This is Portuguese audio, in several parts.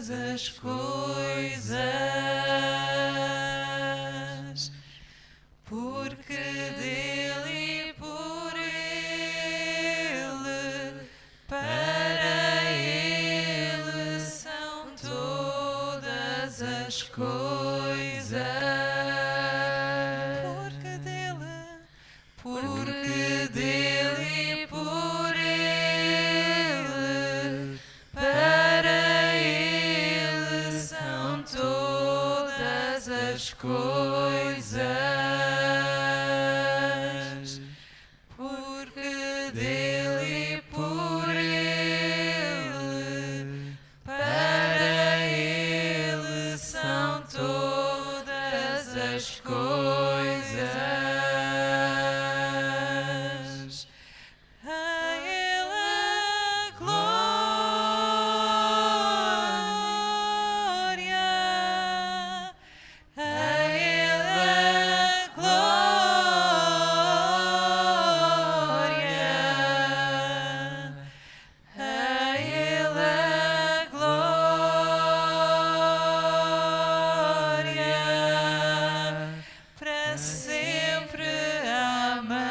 as coisas, porque dele e por ele, para ele são todas as coisas, porque dele e por ele, para ele são todas as coisas, porque dele e por ele, para ele são todas as coisas. A ele a glória, a ele a glória, a ele a glória, para sempre. Amém.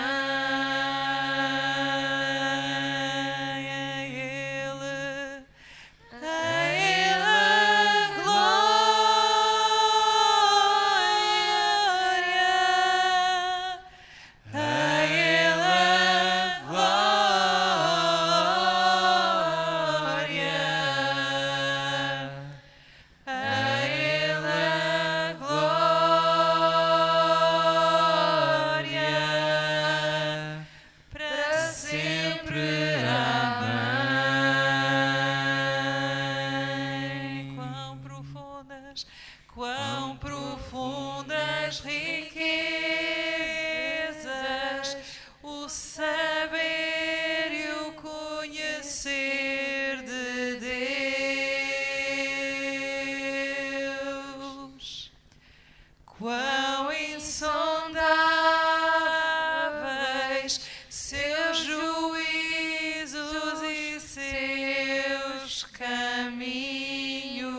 Quão profundas riquezas, o saber e o conhecer de Deus. Quão insondáveis seus juízos e seus caminhos.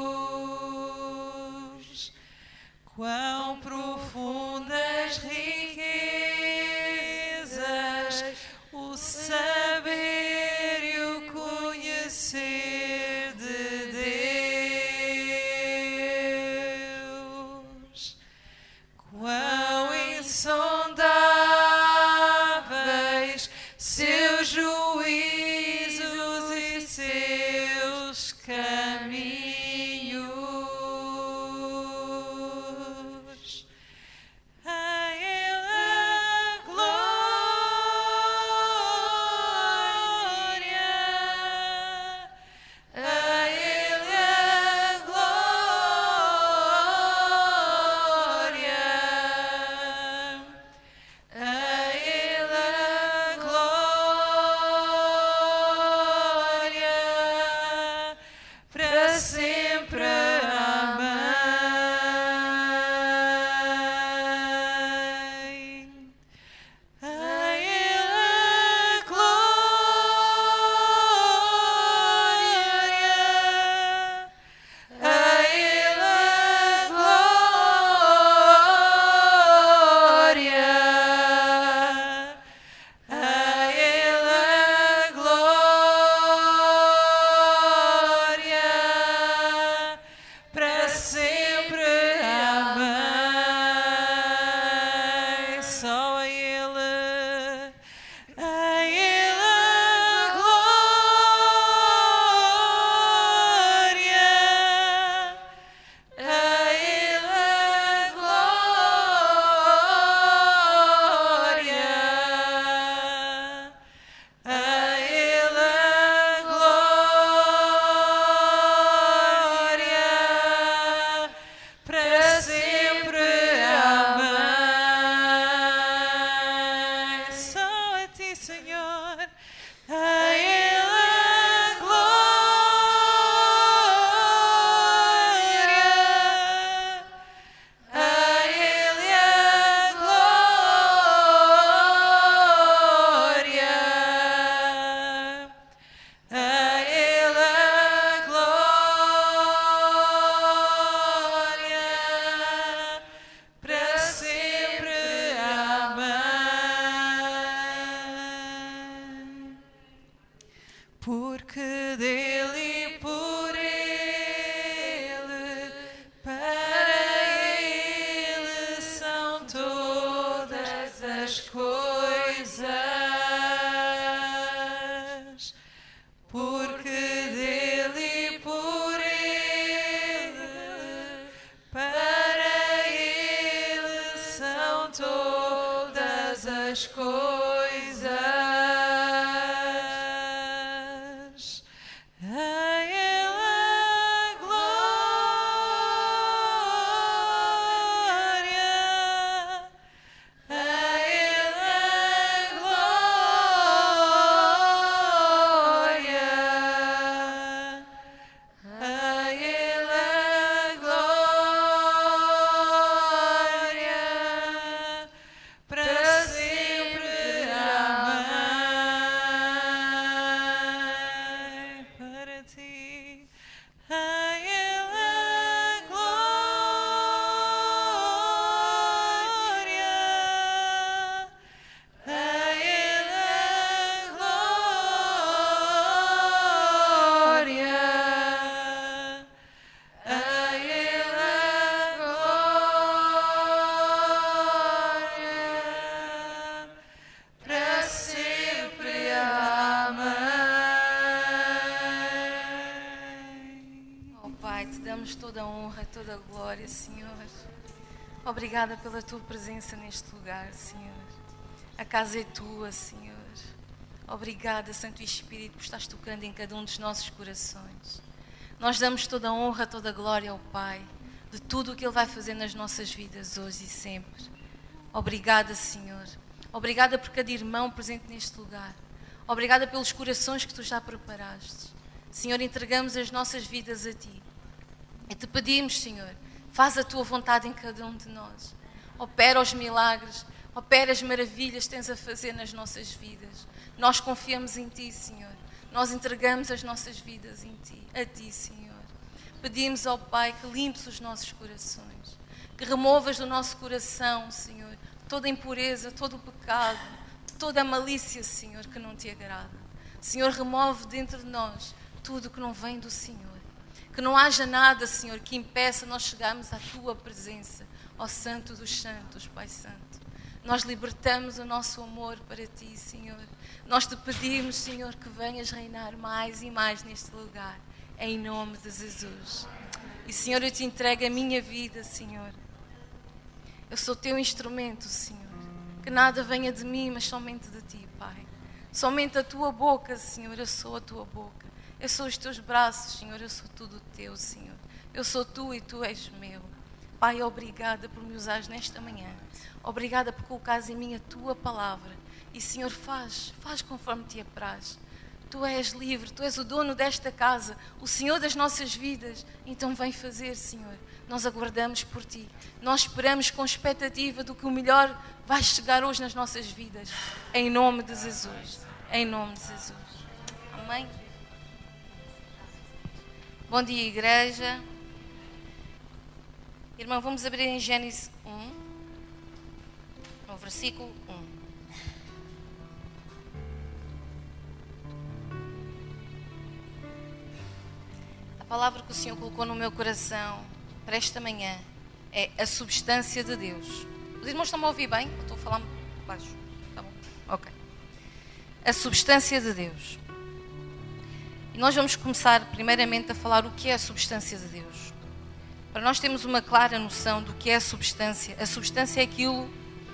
Quão profundas riquezas, o saber e o conhecer de Deus. Quão insondáveis seus juízos e seus caminhos. A ele a glória, a ele a glória, a ele a glória, porque dele e por ele, para ele são todas as coisas, porque dele e por ele, para ele são todas as coisas. A ele a glória, a ele a glória, a ele a glória, para sempre. Amém. Para ti, a ele a glória, a ele a glória, a ele a glória, para sempre. Amém. Oh Pai, te damos toda a honra, toda a glória, Senhor. Obrigada pela tua presença neste lugar, Senhor. A casa é tua, Senhor. Obrigada, Santo Espírito, por estares tocando em cada um dos nossos corações. Nós damos toda a honra, toda a glória ao Pai, de tudo o que Ele vai fazer nas nossas vidas hoje e sempre. Obrigada, Senhor. Obrigada por cada irmão presente neste lugar. Obrigada pelos corações que tu já preparaste. Senhor, entregamos as nossas vidas a ti. E te pedimos, Senhor, faz a tua vontade em cada um de nós. Opera os milagres, opera as maravilhas que tens a fazer nas nossas vidas. Nós confiamos em ti, Senhor. Nós entregamos as nossas vidas a ti, Senhor. Pedimos ao Pai que limpes os nossos corações, que removas do nosso coração, Senhor, toda a impureza, todo o pecado, toda a malícia, Senhor, que não te agrada. Senhor, remove dentro de nós tudo que não vem do Senhor. Que não haja nada, Senhor, que impeça nós chegarmos à tua presença, ó Santo dos Santos, Pai Santo. Nós libertamos o nosso amor para ti, Senhor. Nós te pedimos, Senhor, que venhas reinar mais e mais neste lugar, em nome de Jesus. E, Senhor, eu te entrego a minha vida, Senhor. Eu sou teu instrumento, Senhor. Que nada venha de mim, mas somente de ti, Pai. Somente a tua boca, Senhor, eu sou a tua boca. Eu sou os teus braços, Senhor, eu sou tudo teu, Senhor. Eu sou tu e tu és meu. Pai, obrigada por me usares nesta manhã. Obrigada por colocares em mim a tua palavra. E, Senhor, faz conforme te apraz. Tu és livre, tu és o dono desta casa, o Senhor das nossas vidas. Então vem fazer, Senhor. Nós aguardamos por ti. Nós esperamos com expectativa do que o melhor vai chegar hoje nas nossas vidas. Em nome de Jesus. Em nome de Jesus. Amém. Bom dia, igreja. Irmão, vamos abrir em Gênesis 1, no versículo 1. A palavra que o Senhor colocou no meu coração para esta manhã é a substância de Deus. Os irmãos estão-me a ouvir bem? Eu estou a falar baixo. Está bom? Ok. A substância de Deus. E nós vamos começar primeiramente a falar o que é a substância de Deus. Para nós termos uma clara noção do que é a substância é aquilo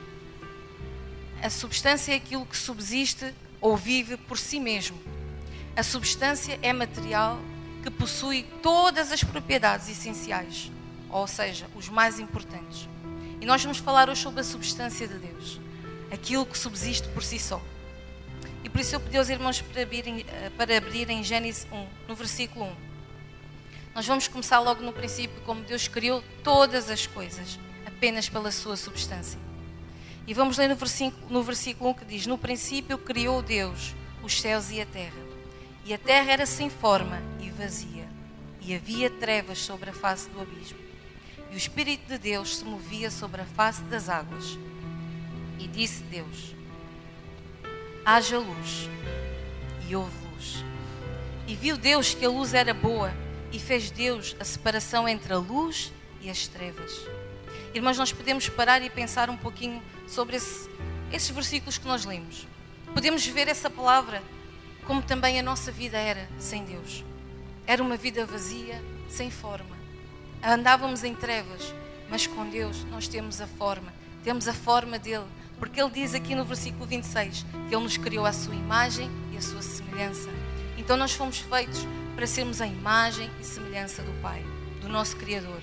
que subsiste ou vive por si mesmo. A substância é material que possui todas as propriedades essenciais, ou seja, os mais importantes. E nós vamos falar hoje sobre a substância de Deus, aquilo que subsiste por si só. E por isso eu pedi aos irmãos para abrirem Gênesis 1, no versículo 1. Nós vamos começar logo no princípio, como Deus criou todas as coisas, apenas pela sua substância. E vamos ler no versículo 1 que diz: no princípio criou Deus os céus e a terra. E a terra era sem forma e vazia, e havia trevas sobre a face do abismo. E o Espírito de Deus se movia sobre a face das águas. E disse Deus: haja luz, e houve luz. E viu Deus que a luz era boa, e fez Deus a separação entre a luz e as trevas. Irmãos, nós podemos parar e pensar um pouquinho sobre esses versículos que nós lemos. Podemos ver essa palavra como também a nossa vida era sem Deus. Era uma vida vazia, sem forma. Andávamos em trevas, mas com Deus nós temos a forma dele, porque ele diz aqui no versículo 26 que ele nos criou à sua imagem e à sua semelhança. Então nós fomos feitos para sermos a imagem e semelhança do Pai, do nosso Criador.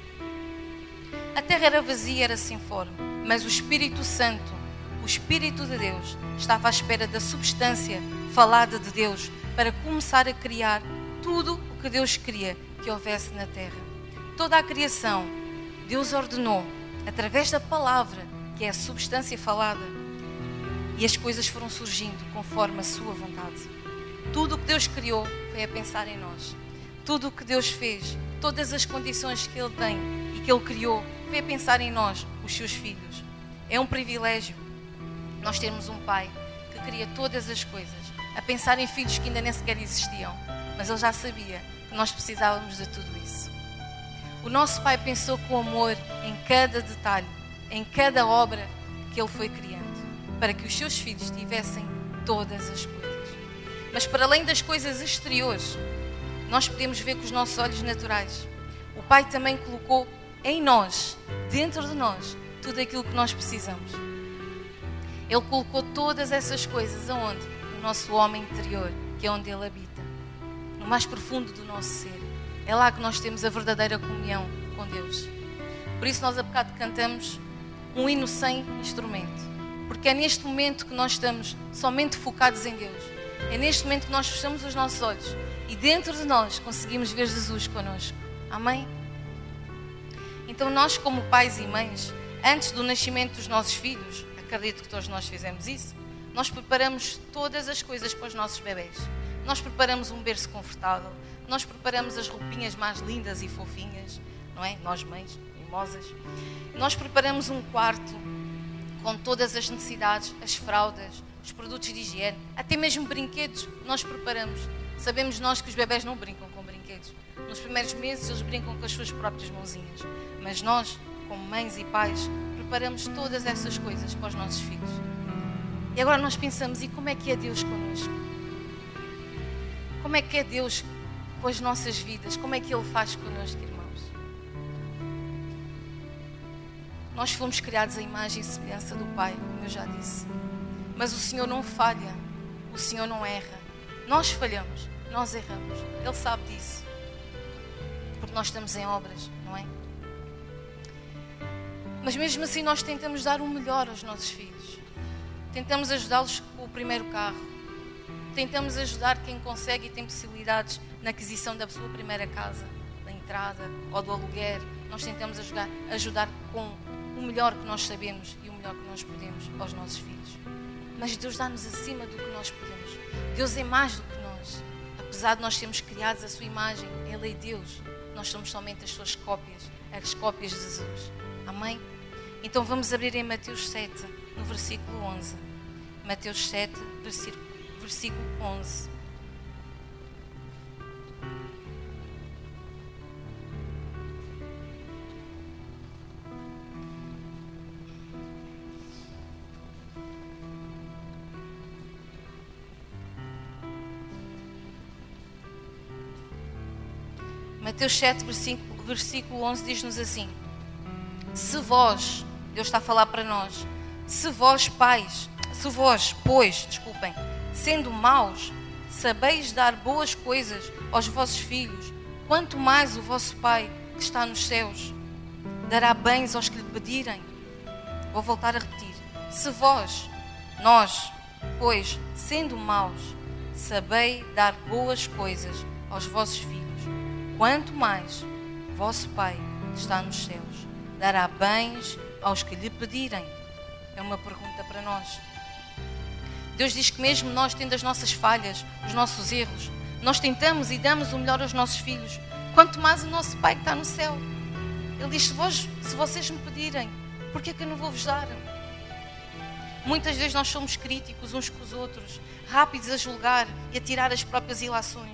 A terra era vazia, era sem forma, mas o Espírito Santo, o Espírito de Deus, estava à espera da substância falada de Deus para começar a criar tudo o que Deus queria que houvesse na terra. Toda a criação, Deus ordenou, através da palavra, que é a substância falada, e as coisas foram surgindo conforme a sua vontade. Tudo o que Deus criou foi a pensar em nós. Tudo o que Deus fez, todas as condições que Ele tem e que Ele criou, foi a pensar em nós, os seus filhos. É um privilégio nós termos um Pai que cria todas as coisas, a pensar em filhos que ainda nem sequer existiam, mas Ele já sabia que nós precisávamos de tudo isso. O nosso Pai pensou com amor em cada detalhe, em cada obra que Ele foi criando, para que os seus filhos tivessem todas as coisas. Mas para além das coisas exteriores, nós podemos ver com os nossos olhos naturais. O Pai também colocou em nós, dentro de nós, tudo aquilo que nós precisamos. Ele colocou todas essas coisas aonde? No nosso homem interior, que é onde Ele habita, no mais profundo do nosso ser. É lá que nós temos a verdadeira comunhão com Deus. Por isso nós há bocado cantamos um hino sem instrumento, porque é neste momento que nós estamos somente focados em Deus. É neste momento que nós fechamos os nossos olhos e dentro de nós conseguimos ver Jesus connosco. Amém? Então nós, como pais e mães, antes do nascimento dos nossos filhos, acredito que todos nós fizemos isso, nós preparamos todas as coisas para os nossos bebés. Nós preparamos um berço confortável, nós preparamos as roupinhas mais lindas e fofinhas, não é? Nós mães, mimosas. Nós preparamos um quarto com todas as necessidades, as fraldas, os produtos de higiene, até mesmo brinquedos, nós preparamos. Sabemos nós que os bebés não brincam com brinquedos. Nos primeiros meses eles brincam com as suas próprias mãozinhas. Mas nós, como mães e pais, preparamos todas essas coisas para os nossos filhos. E agora nós pensamos, e como é que é Deus connosco? Como é que é Deus com as nossas vidas? Como é que Ele faz connosco, irmãos? Nós fomos criados à imagem e semelhança do Pai, como eu já disse. Mas o Senhor não falha, o Senhor não erra. Nós falhamos, nós erramos. Ele sabe disso. Porque nós estamos em obras, não é? Mas mesmo assim nós tentamos dar o melhor aos nossos filhos. Tentamos ajudá-los com o primeiro carro. Tentamos ajudar quem consegue e tem possibilidades na aquisição da sua primeira casa, da entrada ou do aluguer. Nós tentamos ajudar com o melhor que nós sabemos e o melhor que nós podemos aos nossos filhos. Mas Deus dá-nos acima do que nós podemos. Deus é mais do que nós. Apesar de nós sermos criados à sua imagem, Ele é Deus. Nós somos somente as suas cópias, as cópias de Jesus. Amém? Então vamos abrir em Mateus 7, no versículo 11. Mateus 7, versículo 11. Mateus 7, versículo 11 diz-nos assim: se vós, Deus está a falar para nós, pois, sendo maus, sabeis dar boas coisas aos vossos filhos, quanto mais o vosso Pai que está nos céus dará bens aos que lhe pedirem. Vou voltar a repetir. Se vós, nós, pois, sendo maus, sabeis dar boas coisas aos vossos filhos, quanto mais o vosso Pai que está nos céus dará bens aos que lhe pedirem. É uma pergunta para nós. Deus diz que mesmo nós tendo as nossas falhas, os nossos erros, nós tentamos e damos o melhor aos nossos filhos, quanto mais o nosso Pai que está no céu. Ele diz, se vocês me pedirem, por que é que eu não vou vos dar? Muitas vezes nós somos críticos uns com os outros, rápidos a julgar e a tirar as próprias ilações.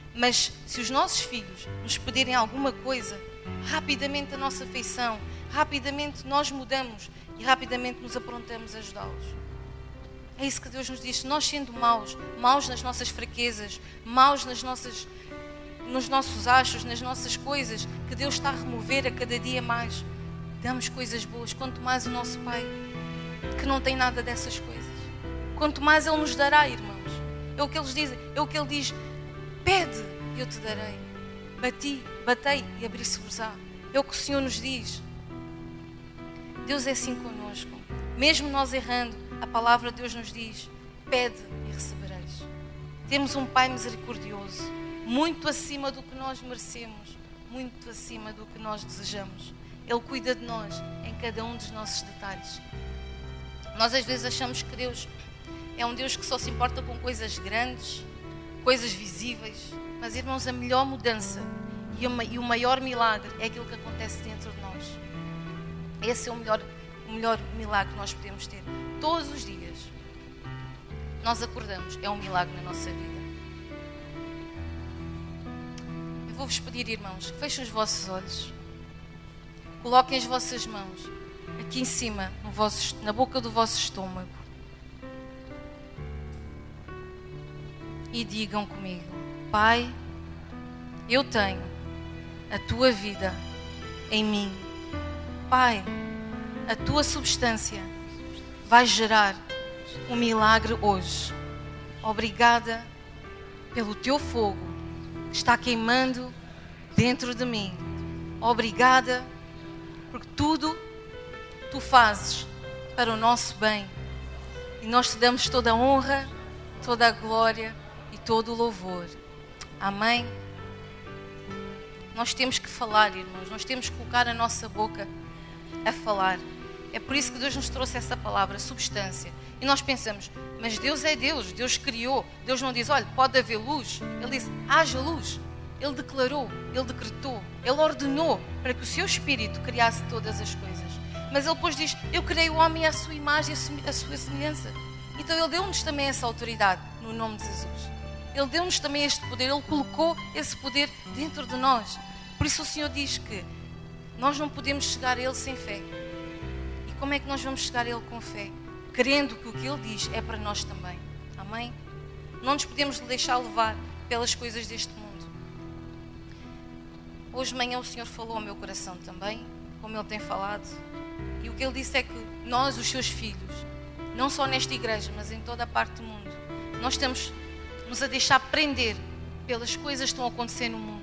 Mas se os nossos filhos nos pedirem alguma coisa, rapidamente a nossa afeição, rapidamente nós mudamos e rapidamente nos aprontamos a ajudá-los. É isso que Deus nos diz. Nós sendo maus, maus nas nossas fraquezas, maus nos nossos achos, nas nossas coisas, que Deus está a remover a cada dia mais, damos coisas boas. Quanto mais o nosso Pai, que não tem nada dessas coisas, quanto mais Ele nos dará, irmãos. É o que eles dizem, é o que Ele diz: pede e eu te darei, batei e abri-se-vos-á. É o que o Senhor nos diz. Deus é assim connosco. Mesmo nós errando, a palavra de Deus nos diz: pede e recebereis. Temos um Pai misericordioso, muito acima do que nós merecemos, muito acima do que nós desejamos. Ele cuida de nós em cada um dos nossos detalhes. Nós às vezes achamos que Deus é um Deus que só se importa com coisas grandes, coisas visíveis. Mas, irmãos, a melhor mudança e o maior milagre é aquilo que acontece dentro de nós. Esse é o melhor milagre que nós podemos ter. Todos os dias nós acordamos, é um milagre na nossa vida. Eu vou-vos pedir, irmãos, que fechem os vossos olhos, coloquem as vossas mãos aqui em cima, na boca do vosso estômago, e digam comigo: Pai, eu tenho a tua vida em mim. Pai, a tua substância vai gerar um milagre hoje. Obrigada pelo teu fogo que está queimando dentro de mim. Obrigada porque tudo tu fazes para o nosso bem. E nós te damos toda a honra, toda a glória e todo o louvor. Amém? Nós temos que falar, irmãos. Nós temos que colocar a nossa boca a falar. É por isso que Deus nos trouxe essa palavra, substância. E nós pensamos: mas Deus é Deus, Deus criou. Deus não diz: olha, pode haver luz. Ele disse: haja luz. Ele declarou, Ele decretou, Ele ordenou para que o seu Espírito criasse todas as coisas. Mas Ele depois diz: eu criei o homem à sua imagem e à sua semelhança. Então Ele deu-nos também essa autoridade, no nome de Jesus. Ele deu-nos também este poder, Ele colocou esse poder dentro de nós. Por isso o Senhor diz que nós não podemos chegar a Ele sem fé. E como é que nós vamos chegar a Ele com fé? Crendo que o que Ele diz é para nós também. Amém? Não nos podemos deixar levar pelas coisas deste mundo. Hoje de manhã o Senhor falou ao meu coração também, como Ele tem falado. E o que Ele disse é que nós, os seus filhos, não só nesta igreja, mas em toda a parte do mundo, nós estamos nos a deixar prender pelas coisas que estão a acontecer no mundo.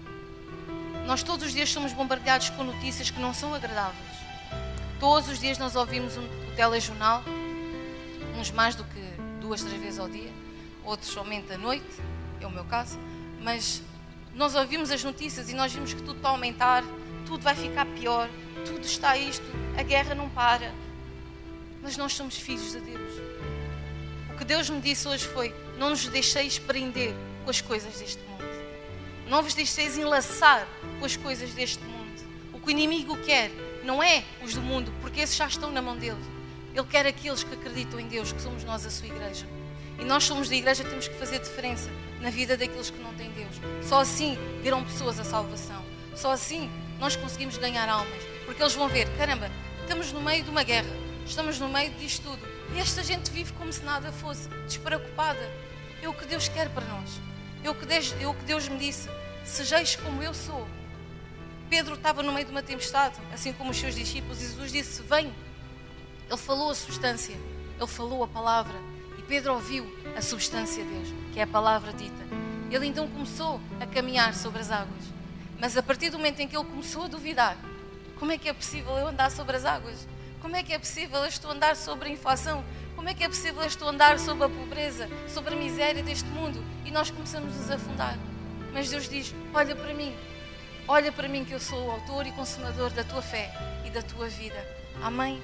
Nós todos os dias somos bombardeados com notícias que não são agradáveis. Todos os dias nós ouvimos o telejornal, uns mais do que 2, 3 vezes ao dia, outros somente à noite, é o meu caso, mas nós ouvimos as notícias e nós vimos que tudo está a aumentar, tudo vai ficar pior, tudo está isto, a guerra não para. Mas nós somos filhos de Deus. O que Deus me disse hoje foi: não nos deixeis prender com as coisas deste mundo. Não vos deixeis enlaçar com as coisas deste mundo. O que o inimigo quer não é os do mundo, porque esses já estão na mão dele. Ele quer aqueles que acreditam em Deus, que somos nós a sua igreja. E nós somos da igreja, temos que fazer diferença na vida daqueles que não têm Deus. Só assim virão pessoas à salvação. Só assim nós conseguimos ganhar almas. Porque eles vão ver: caramba, estamos no meio de uma guerra, estamos no meio disto tudo, e esta gente vive como se nada fosse, despreocupada. É o que Deus quer para nós. É o que Deus me disse: sejais como eu sou. Pedro estava no meio de uma tempestade, assim como os seus discípulos, e Jesus disse: vem. Ele falou a substância, ele falou a palavra, e Pedro ouviu a substância de Deus, que é a palavra dita. Ele então começou a caminhar sobre as águas. Mas a partir do momento em que ele começou a duvidar: como é que é possível eu andar sobre as águas? Como é que é possível eu estou a andar sobre a inflação? Como é que é possível eu estou a andar sobre a pobreza, sobre a miséria deste mundo? E nós começamos a nos afundar. Mas Deus diz: olha para mim que eu sou o autor e consumador da tua fé e da tua vida. Amém?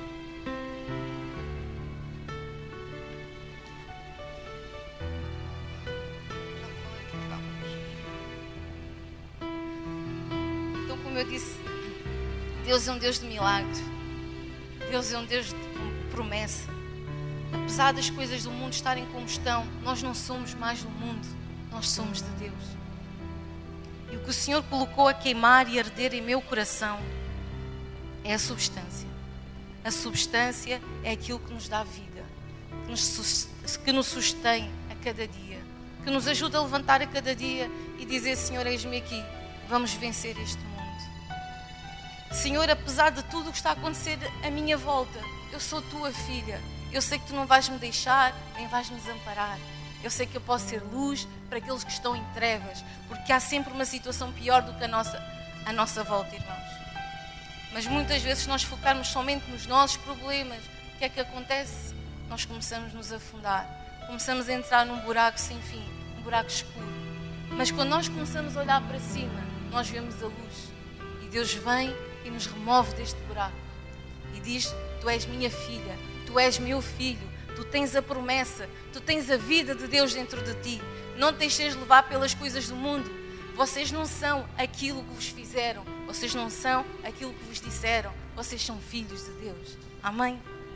Então, como eu disse, Deus é um Deus de milagre. Deus é um Deus de promessa. Apesar das coisas do mundo estarem como estão, nós não somos mais do mundo. Nós somos de Deus. E o que o Senhor colocou a queimar e arder em meu coração é a substância. A substância é aquilo que nos dá vida, que nos sustém a cada dia, que nos ajuda a levantar a cada dia e dizer: Senhor, eis-me aqui, vamos vencer este mundo. Senhor, apesar de tudo o que está a acontecer à minha volta, eu sou tua filha. Eu sei que tu não vais me deixar, nem vais me desamparar. Eu sei que eu posso ser luz para aqueles que estão em trevas, porque há sempre uma situação pior do que a nossa volta, irmãos. Mas muitas vezes, se nós focarmos somente nos nossos problemas, o que é que acontece? Nós começamos a nos afundar, começamos a entrar num buraco sem fim, um buraco escuro. Mas quando nós começamos a olhar para cima, nós vemos a luz. E Deus vem e nos remove deste buraco. E diz: tu és minha filha, tu és meu filho. Tu tens a promessa, tu tens a vida de Deus dentro de ti. Não te deixes levar pelas coisas do mundo. Vocês não são aquilo que vos fizeram. Vocês não são aquilo que vos disseram. Vocês são filhos de Deus. Amém?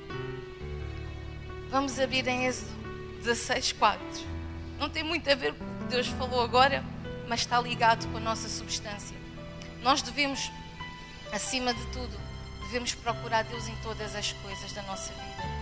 Vamos abrir em Êxodo 16:4. Não tem muito a ver com o que Deus falou agora, mas está ligado com a nossa substância. Nós devemos, acima de tudo, devemos procurar Deus em todas as coisas da nossa vida.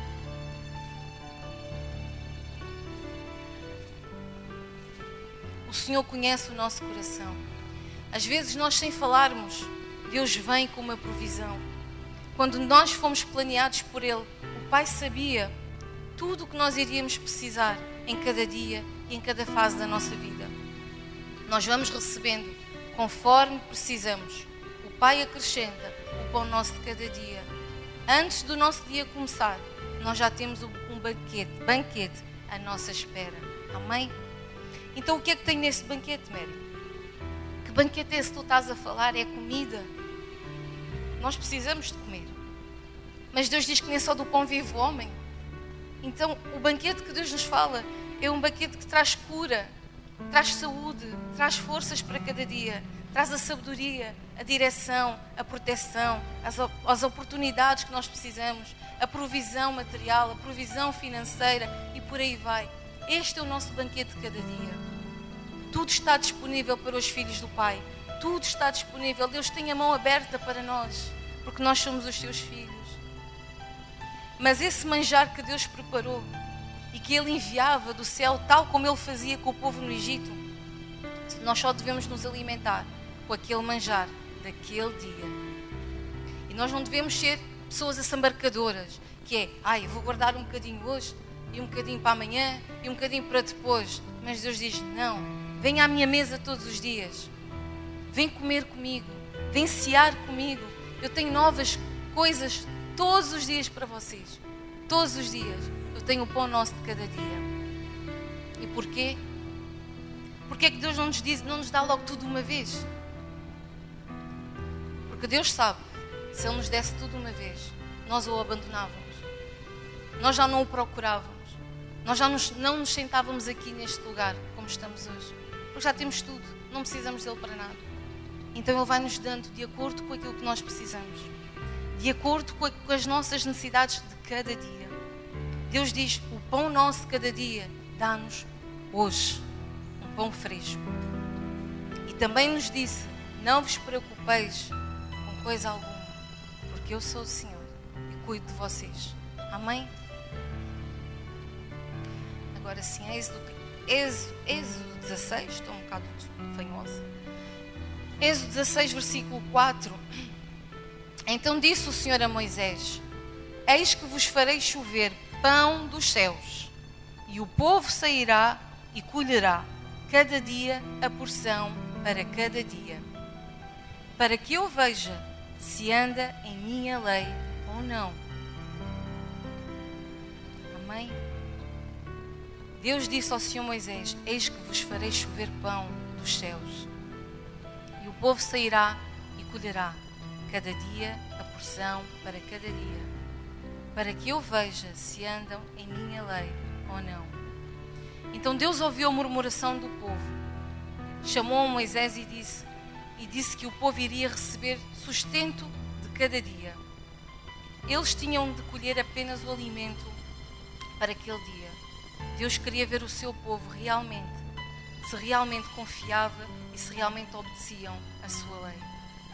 O Senhor conhece o nosso coração. Às vezes nós, sem falarmos, Deus vem com uma provisão. Quando nós fomos planeados por Ele, o Pai sabia tudo o que nós iríamos precisar em cada dia e em cada fase da nossa vida. Nós vamos recebendo conforme precisamos. O Pai acrescenta o pão nosso de cada dia. Antes do nosso dia começar, nós já temos um banquete à nossa espera. Amém? Então o que é que tem nesse banquete, Mary? Que banquete é esse que tu estás a falar? É comida. Nós precisamos de comer. Mas Deus diz que nem só do pão vive o homem. Então o banquete que Deus nos fala é um banquete que traz cura, traz saúde, traz forças para cada dia, traz a sabedoria, a direção, a proteção, as oportunidades que nós precisamos, a provisão material, a provisão financeira e por aí vai. Este é o nosso banquete de cada dia. Tudo está disponível para os filhos do Pai. Tudo está disponível. Deus tem a mão aberta para nós, porque nós somos os seus filhos. Mas esse manjar que Deus preparou e que Ele enviava do céu, tal como Ele fazia com o povo no Egito, nós só devemos nos alimentar com aquele manjar daquele dia. E nós não devemos ser pessoas assambarcadoras, que é: eu vou guardar um bocadinho hoje, e um bocadinho para amanhã, e um bocadinho para depois. Mas Deus diz: não, venha à minha mesa todos os dias. Vem comer comigo, vem cear comigo. Eu tenho novas coisas todos os dias para vocês. Todos os dias. Eu tenho o pão nosso de cada dia. E porquê? Porque é que Deus não nos dá logo tudo de uma vez? Porque Deus sabe, se Ele nos desse tudo de uma vez, nós o abandonávamos. Nós já não o procurávamos. Nós já não nos sentávamos aqui neste lugar como estamos hoje. Porque já temos tudo, não precisamos dele para nada. Então Ele vai nos dando de acordo com aquilo que nós precisamos, de acordo com as nossas necessidades de cada dia. Deus diz: o pão nosso de cada dia dá-nos hoje, um pão fresco. E também nos disse: não vos preocupeis com coisa alguma, porque eu sou o Senhor e cuido de vocês. Amém? Agora sim, Êxodo 16, estou um bocado fanhosa. Êxodo 16, versículo 4. Então disse o Senhor a Moisés: eis que vos farei chover pão dos céus, e o povo sairá e colherá cada dia a porção para cada dia, para que eu veja se anda em minha lei ou não. Amém? Deus disse ao Senhor Moisés: eis que vos farei chover pão dos céus, e o povo sairá e colherá cada dia a porção para cada dia, para que eu veja se andam em minha lei ou não. Então Deus ouviu a murmuração do povo, chamou a Moisés e disse que o povo iria receber sustento de cada dia. Eles tinham de colher apenas o alimento para aquele dia. Deus queria ver o seu povo realmente se se realmente confiava e se realmente obedeciam a sua lei.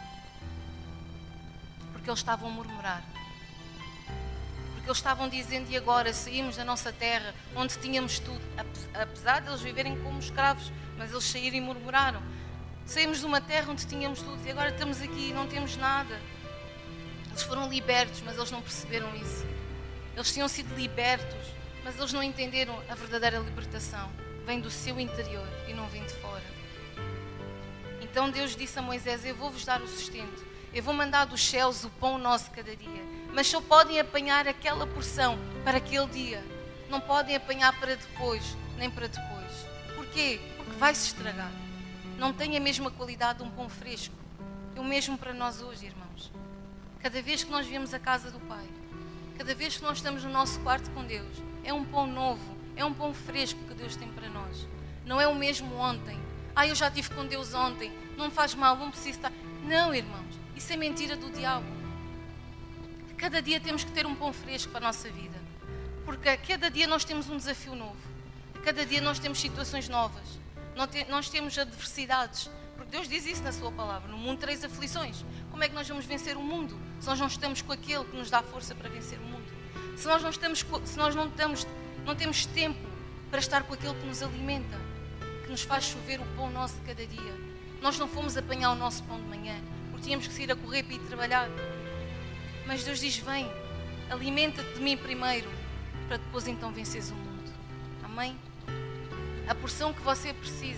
Porque eles estavam a murmurar. Porque eles estavam dizendo, e agora saímos da nossa terra, onde tínhamos tudo, apesar de eles viverem como escravos, mas eles saíram e murmuraram. Saímos de uma terra onde tínhamos tudo e agora estamos aqui e não temos nada. Eles foram libertos, mas eles não perceberam isso. Eles tinham sido libertos, mas eles não entenderam a verdadeira libertação. Vem do seu interior e não vem de fora. Então Deus disse a Moisés, eu vou-vos dar o sustento. Eu vou mandar dos céus o pão nosso cada dia. Mas só podem apanhar aquela porção para aquele dia. Não podem apanhar para depois, nem para depois. Porquê? Porque vai se estragar. Não tem a mesma qualidade de um pão fresco. É o mesmo para nós hoje, irmãos. Cada vez que nós viemos à casa do Pai, cada vez que nós estamos no nosso quarto com Deus, é um pão novo, é um pão fresco que Deus tem para nós. Não é o mesmo ontem. Eu já estive com Deus ontem, não me faz mal, não preciso estar... Não, irmãos, isso é mentira do diabo. Cada dia temos que ter um pão fresco para a nossa vida. Porque a cada dia nós temos um desafio novo. A cada dia nós temos situações novas. Nós temos adversidades. Porque Deus diz isso na sua palavra. No mundo tereis aflições. Como é que nós vamos vencer o mundo? Se nós não estamos com aquele que nos dá força para vencer o mundo. Se nós não temos tempo para estar com aquele que nos alimenta. Que nos faz chover o pão nosso de cada dia. Nós não fomos apanhar o nosso pão de manhã. Porque tínhamos que sair a correr para ir trabalhar. Mas Deus diz, vem, alimenta-te de mim primeiro, para depois então venceres o mundo. Amém? A porção que você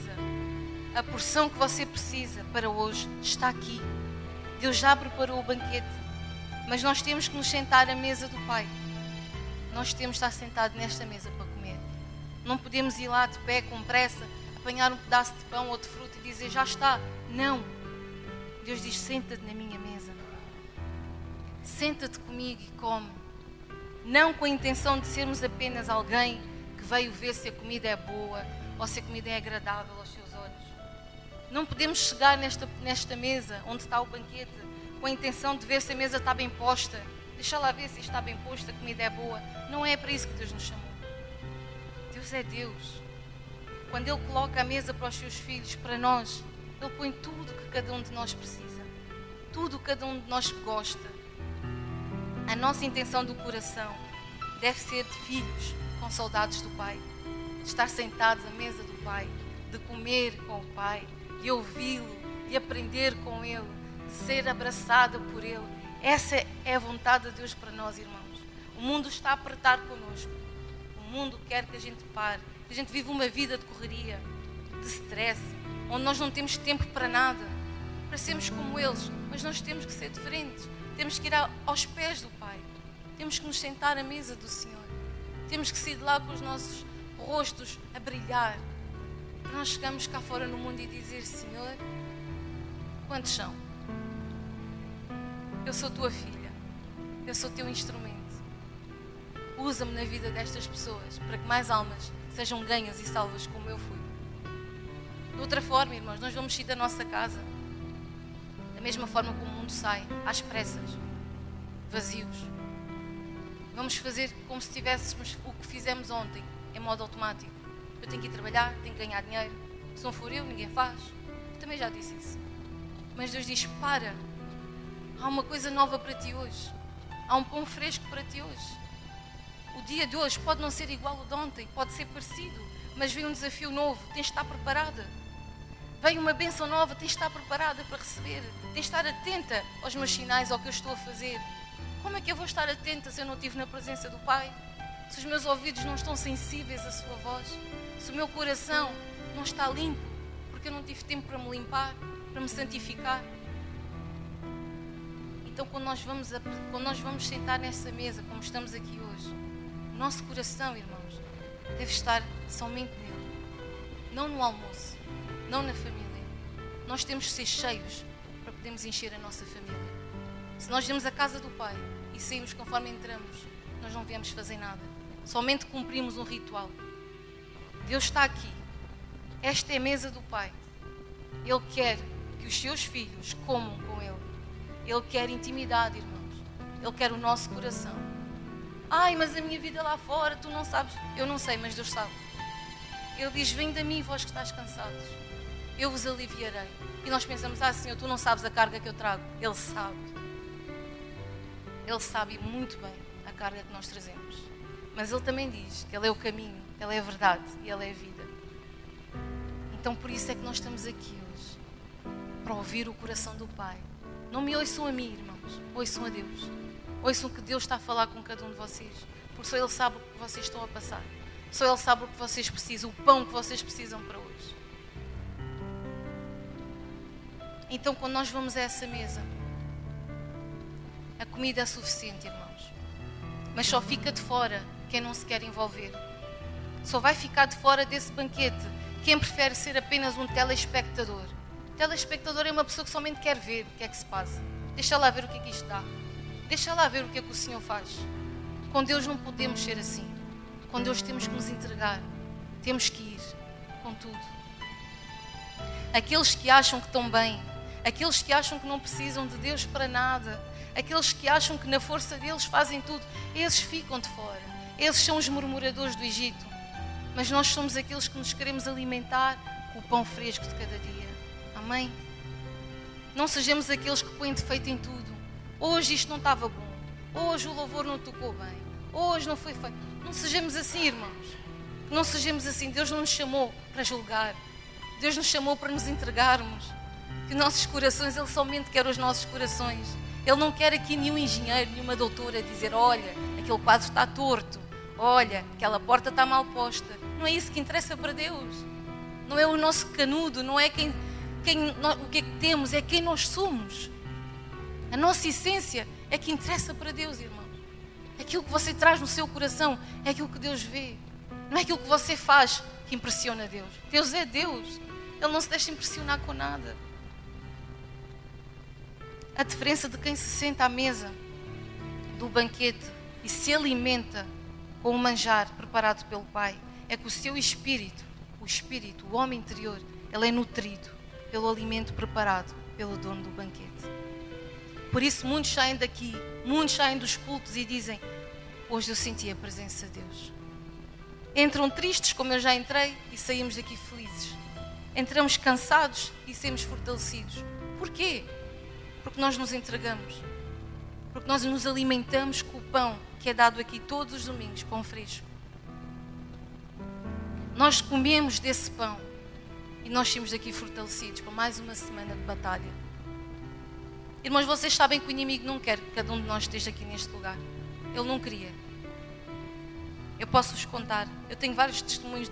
precisa para hoje está aqui. Deus já preparou o banquete, mas nós temos que nos sentar à mesa do Pai. Nós temos de estar sentados nesta mesa para comer. Não podemos ir lá de pé, com pressa, apanhar um pedaço de pão ou de fruta e dizer, já está. Não. Deus diz, senta-te na minha mesa. Senta-te comigo e come. Não com a intenção de sermos apenas alguém que veio ver se a comida é boa ou se a comida é agradável aos seus olhos. Não podemos chegar nesta mesa onde está o banquete com a intenção de ver se a mesa está bem posta. Deixa lá ver se está bem posta, a comida é boa. Não é para isso que Deus nos chamou. Deus é Deus. Quando Ele coloca a mesa para os seus filhos, para nós, Ele põe tudo que cada um de nós precisa. Tudo que cada um de nós gosta. A nossa intenção do coração deve ser de filhos com saudades do Pai, de estar sentados à mesa do Pai, de comer com o Pai, de ouvi-lo, de aprender com Ele, de ser abraçada por Ele. Essa é a vontade de Deus para nós, irmãos. O mundo está a apertar connosco. O mundo quer que a gente pare, que a gente viva uma vida de correria, de stress, onde nós não temos tempo para nada, para sermos como eles, mas nós temos que ser diferentes. Temos que ir aos pés do Pai. Temos que nos sentar à mesa do Senhor. Temos que sair de lá com os nossos rostos a brilhar. Para nós chegarmos cá fora no mundo e dizer, Senhor, quantos são? Eu sou tua filha. Eu sou teu instrumento. Usa-me na vida destas pessoas para que mais almas sejam ganhas e salvas como eu fui. De outra forma, irmãos, nós vamos sair da nossa casa da mesma forma como o mundo sai, às pressas, vazios. Vamos fazer como se tivéssemos o que fizemos ontem, em modo automático. Eu tenho que ir trabalhar, tenho que ganhar dinheiro. Se não for eu, ninguém faz. Eu também já disse isso. Mas Deus diz, para. Há uma coisa nova para ti hoje. Há um pão fresco para ti hoje. O dia de hoje pode não ser igual ao de ontem, pode ser parecido, mas vem um desafio novo, tens de estar preparada. Vem uma bênção nova, tens de estar preparada para receber. Tens de estar atenta aos meus sinais, ao que eu estou a fazer. Como é que eu vou estar atenta se eu não estive na presença do Pai? Se os meus ouvidos não estão sensíveis à sua voz? Se o meu coração não está limpo, porque eu não tive tempo para me limpar, para me santificar? Então, quando nós vamos sentar nessa mesa, como estamos aqui hoje, o nosso coração, irmãos, deve estar somente nele. Não no almoço, não na família. Nós temos que ser cheios para podermos encher a nossa família. Se nós vemos a casa do Pai e saímos conforme entramos, nós não viemos fazer nada. Somente cumprimos um ritual. Deus está aqui. Esta é a mesa do Pai. Ele quer que os seus filhos comam com Ele. Ele quer intimidade, irmãos. Ele quer o nosso coração. Ai, mas a minha vida lá fora, tu não sabes. Eu não sei, mas Deus sabe. Ele diz, vinde a mim, vós que estáis cansados, eu vos aliviarei. E nós pensamos, Senhor, tu não sabes a carga que eu trago. Ele sabe. Ele sabe muito bem a carga que nós trazemos. Mas Ele também diz que Ele é o caminho, Ele é a verdade e Ele é a vida. Então por isso é que nós estamos aqui hoje, para ouvir o coração do Pai. Não me ouçam a mim, irmãos, ouçam a Deus. Ouçam que Deus está a falar com cada um de vocês, porque só Ele sabe o que vocês estão a passar. Só Ele sabe o que vocês precisam, o pão que vocês precisam para hoje. Então quando nós vamos a essa mesa, a comida é suficiente, irmãos. Mas só fica de fora quem não se quer envolver. Só vai ficar de fora desse banquete quem prefere ser apenas um telespectador. O telespectador é uma pessoa que somente quer ver o que é que se passa. Deixa lá ver o que é que isto dá. Deixa lá ver o que é que o Senhor faz. Com Deus não podemos ser assim. Com Deus temos que nos entregar. Temos que ir com tudo. Aqueles que acham que estão bem, aqueles que acham que não precisam de Deus para nada, aqueles que acham que na força deles fazem tudo, esses ficam de fora. Esses são os murmuradores do Egito. Mas nós somos aqueles que nos queremos alimentar com o pão fresco de cada dia. Amém? Não sejamos aqueles que põem defeito em tudo. Hoje isto não estava bom. Hoje o louvor não tocou bem. Hoje não foi feito. Não sejamos assim, irmãos. Não sejamos assim. Deus não nos chamou para julgar. Deus nos chamou para nos entregarmos. Que nossos corações, Ele somente quer os nossos corações. Ele não quer aqui nenhum engenheiro, nenhuma doutora a dizer, olha, aquele quadro está torto. Olha, aquela porta está mal posta. Não é isso que interessa para Deus. Não é o nosso canudo, não é o que é que temos, é quem nós somos. A nossa essência é que interessa para Deus, irmãos. Aquilo que você traz no seu coração é aquilo que Deus vê. Não é aquilo que você faz que impressiona Deus. Deus é Deus. Ele não se deixa impressionar com nada. A diferença de quem se senta à mesa do banquete e se alimenta com o manjar preparado pelo Pai é que o seu espírito, o homem interior, ele é nutrido pelo alimento preparado pelo dono do banquete. Por isso muitos saem daqui, muitos saem dos cultos e dizem, hoje eu senti a presença de Deus. Entram tristes, como eu já entrei, e saímos daqui felizes. Entramos cansados e saímos fortalecidos. Porquê? Porque nós nos entregamos. Porque nós nos alimentamos com o pão que é dado aqui todos os domingos, pão fresco. Nós comemos desse pão e nós saímos daqui fortalecidos para mais uma semana de batalha. Irmãos, vocês sabem que o inimigo não quer que cada um de nós esteja aqui neste lugar. Ele não queria. Eu posso-vos contar. Eu tenho vários testemunhos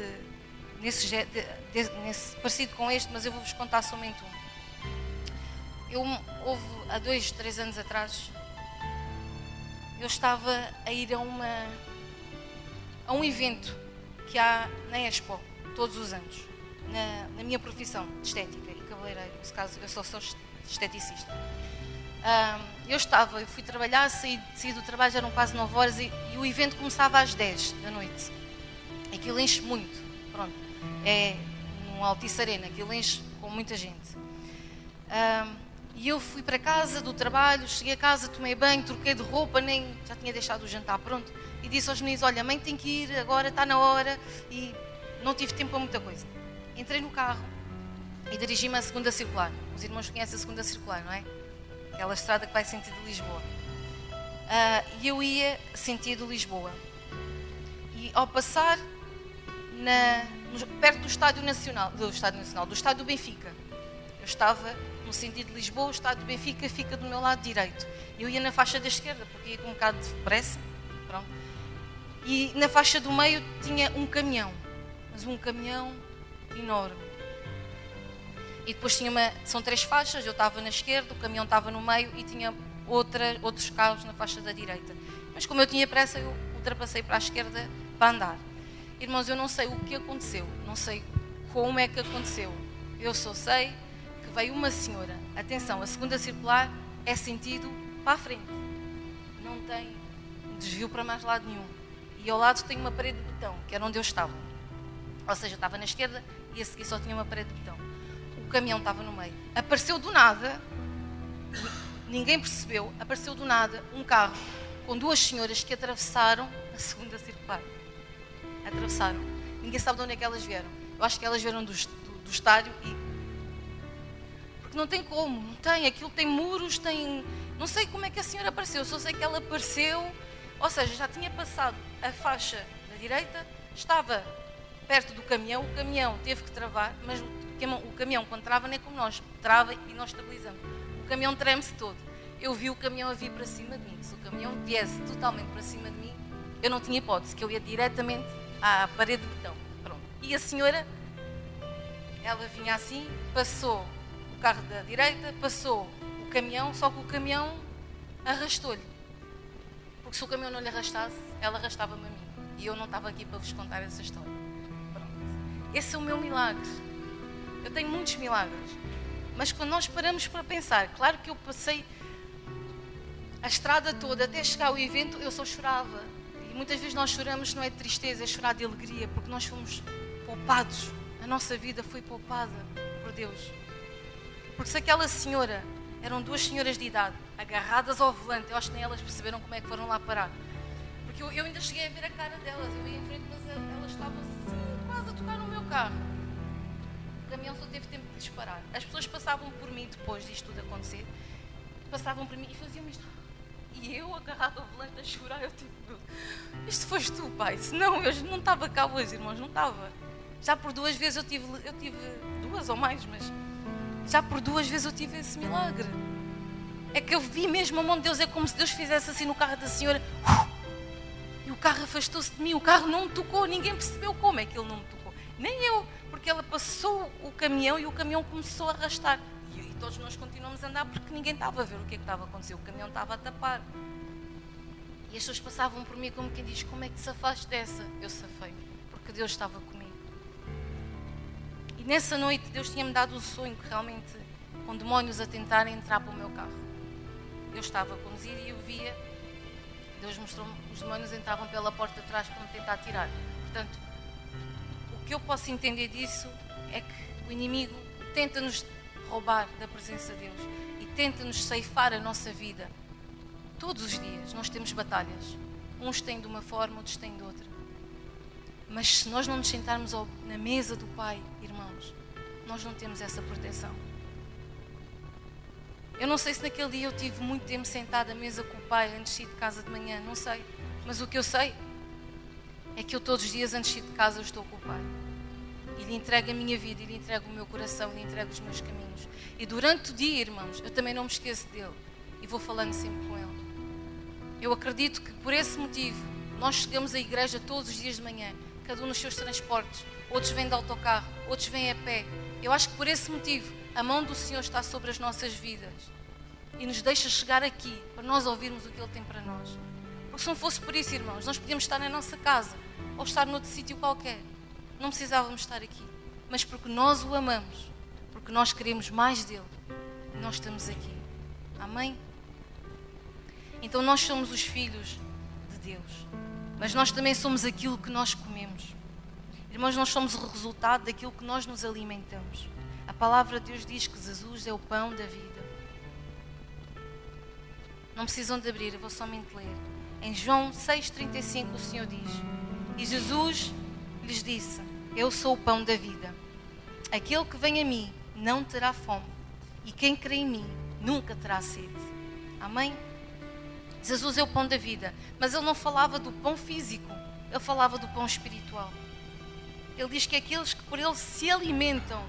nesse parecido com este, mas eu vou-vos contar somente um. Houve há 2, 3 anos atrás, eu estava a ir a um evento que há na Expo, todos os anos, na minha profissão de estética e cabeleireiro. Nesse caso, eu só sou esteticista. Eu fui trabalhar, saí do trabalho, já eram quase 9 horas e o evento começava às 10 da noite. Aquilo enche muito, pronto. É num Altice Arena, aquilo enche com muita gente. E eu fui para casa do trabalho, cheguei a casa, tomei banho, troquei de roupa, já tinha deixado o jantar pronto. E disse aos meninos, olha, mãe tem que ir, agora está na hora. E não tive tempo para muita coisa. Entrei no carro e dirigi-me à segunda circular. Os irmãos conhecem a segunda circular, não é? Aquela estrada que vai sentido Lisboa. E eu ia sentido Lisboa. E ao passar perto do Estádio Nacional, do Estádio do Benfica, eu estava no sentido de Lisboa, o Estádio do Benfica fica do meu lado direito. Eu ia na faixa da esquerda, porque ia com um bocado de pressa. Pronto. E na faixa do meio tinha um caminhão, mas um caminhão enorme. E depois são 3 faixas, eu estava na esquerda, o caminhão estava no meio e tinha outros carros na faixa da direita. Mas como eu tinha pressa, eu ultrapassei para a esquerda para andar. Irmãos, eu não sei o que aconteceu, não sei como é que aconteceu. Eu só sei que veio uma senhora. Atenção, a segunda circular é sentido para a frente. Não tem desvio para mais lado nenhum. E ao lado tem uma parede de betão, que era onde eu estava. Ou seja, eu estava na esquerda e a seguir só tinha uma parede de betão. O caminhão estava no meio. Apareceu do nada, ninguém percebeu, apareceu do nada um carro com 2 senhoras que atravessaram a segunda circular. Atravessaram. ninguém sabe de onde é que elas vieram. Eu acho que elas vieram do estádio porque não tem como, não tem, aquilo tem muros, tem... Não sei como é que a senhora apareceu, só sei que ela apareceu, ou seja, já tinha passado a faixa da direita, estava perto do caminhão, o caminhão teve que travar, mas o caminhão quando trava não é como nós, trava e nós estabilizamos. O caminhão treme-se todo. Eu vi o caminhão a vir para cima de mim. Se o caminhão viesse totalmente para cima de mim, eu não tinha hipótese, que eu ia diretamente à parede de betão. Pronto. E a senhora, ela vinha assim, passou o carro da direita, passou o caminhão, só que o caminhão arrastou-lhe. Porque se o caminhão não lhe arrastasse, ela arrastava-me a mim. E eu não estava aqui para vos contar essa história. Pronto. Esse é o meu milagre. Eu tenho muitos milagres. Mas quando nós paramos para pensar, claro que eu passei a estrada toda até chegar ao evento, eu só chorava. E muitas vezes nós choramos, não é de tristeza, é chorar de alegria, porque nós fomos poupados. A nossa vida foi poupada por Deus. Porque se aquela senhora, eram duas senhoras de idade, agarradas ao volante, eu acho que nem elas perceberam como é que foram lá parar. Porque eu ainda cheguei a ver a cara delas, eu ia em frente, mas elas estavam assim, quase a tocar no meu carro. O caminhão só teve tempo de disparar. As pessoas passavam por mim depois disto tudo acontecer, passavam por mim e faziam isto. E eu, agarrado ao volante, a chorar, eu tipo, isto foste tu, pai. Senão eu não estava cá hoje, irmãos, não estava. Já por 2 vezes eu tive 2 ou mais, mas já por 2 vezes eu tive esse milagre. É que eu vi mesmo a mão de Deus, é como se Deus fizesse assim no carro da senhora. E o carro afastou-se de mim, o carro não me tocou, ninguém percebeu como é que ele não me tocou. Nem eu, porque ela passou o caminhão e o caminhão começou a arrastar. E todos nós continuamos a andar porque ninguém estava a ver o que é que estava a acontecer. O caminhão estava a tapar. E as pessoas passavam por mim como quem diz, como é que safaste dessa? Eu safei, porque Deus estava comigo. E nessa noite Deus tinha-me dado um sonho que realmente, com demónios a tentarem entrar para o meu carro. Eu estava a conduzir e eu via, Deus mostrou-me, os demónios entravam pela porta de trás para me tentar tirar. Portanto, o que eu posso entender disso é que o inimigo tenta-nos roubar da presença de Deus e tenta-nos ceifar a nossa vida. Todos os dias nós temos batalhas. Uns têm de uma forma, outros têm de outra. Mas se nós não nos sentarmos na mesa do Pai, irmãos, nós não temos essa proteção. Eu não sei se naquele dia eu tive muito tempo sentada à mesa com o Pai antes de ir de casa de manhã, não sei. Mas o que eu sei é que eu todos os dias antes de ir de casa eu estou com o Pai. E lhe entrego a minha vida, e lhe entrego o meu coração, e lhe entrego os meus caminhos. E durante o dia, irmãos, eu também não me esqueço dele. E vou falando sempre com ele. Eu acredito que por esse motivo, nós chegamos à igreja todos os dias de manhã, cada um nos seus transportes. Outros vêm de autocarro, outros vêm a pé. Eu acho que por esse motivo, a mão do Senhor está sobre as nossas vidas. E nos deixa chegar aqui, para nós ouvirmos o que Ele tem para nós. Porque se não fosse por isso, irmãos, nós podíamos estar na nossa casa, ou estar noutro sítio qualquer. Não precisávamos estar aqui, mas porque nós o amamos, porque nós queremos mais dele, nós estamos aqui. Amém? Então nós somos os filhos de Deus, mas nós também somos aquilo que nós comemos. Irmãos, nós somos o resultado daquilo que nós nos alimentamos. A palavra de Deus diz que Jesus é o pão da vida. Não precisam de abrir, eu vou somente ler. Em João 6,35 o Senhor diz: e Jesus lhes disse: eu sou o pão da vida. Aquele que vem a mim não terá fome, e quem crê em mim nunca terá sede. Amém? Jesus é o pão da vida, mas ele não falava do pão físico, ele falava do pão espiritual. Ele diz que aqueles que por ele se alimentam,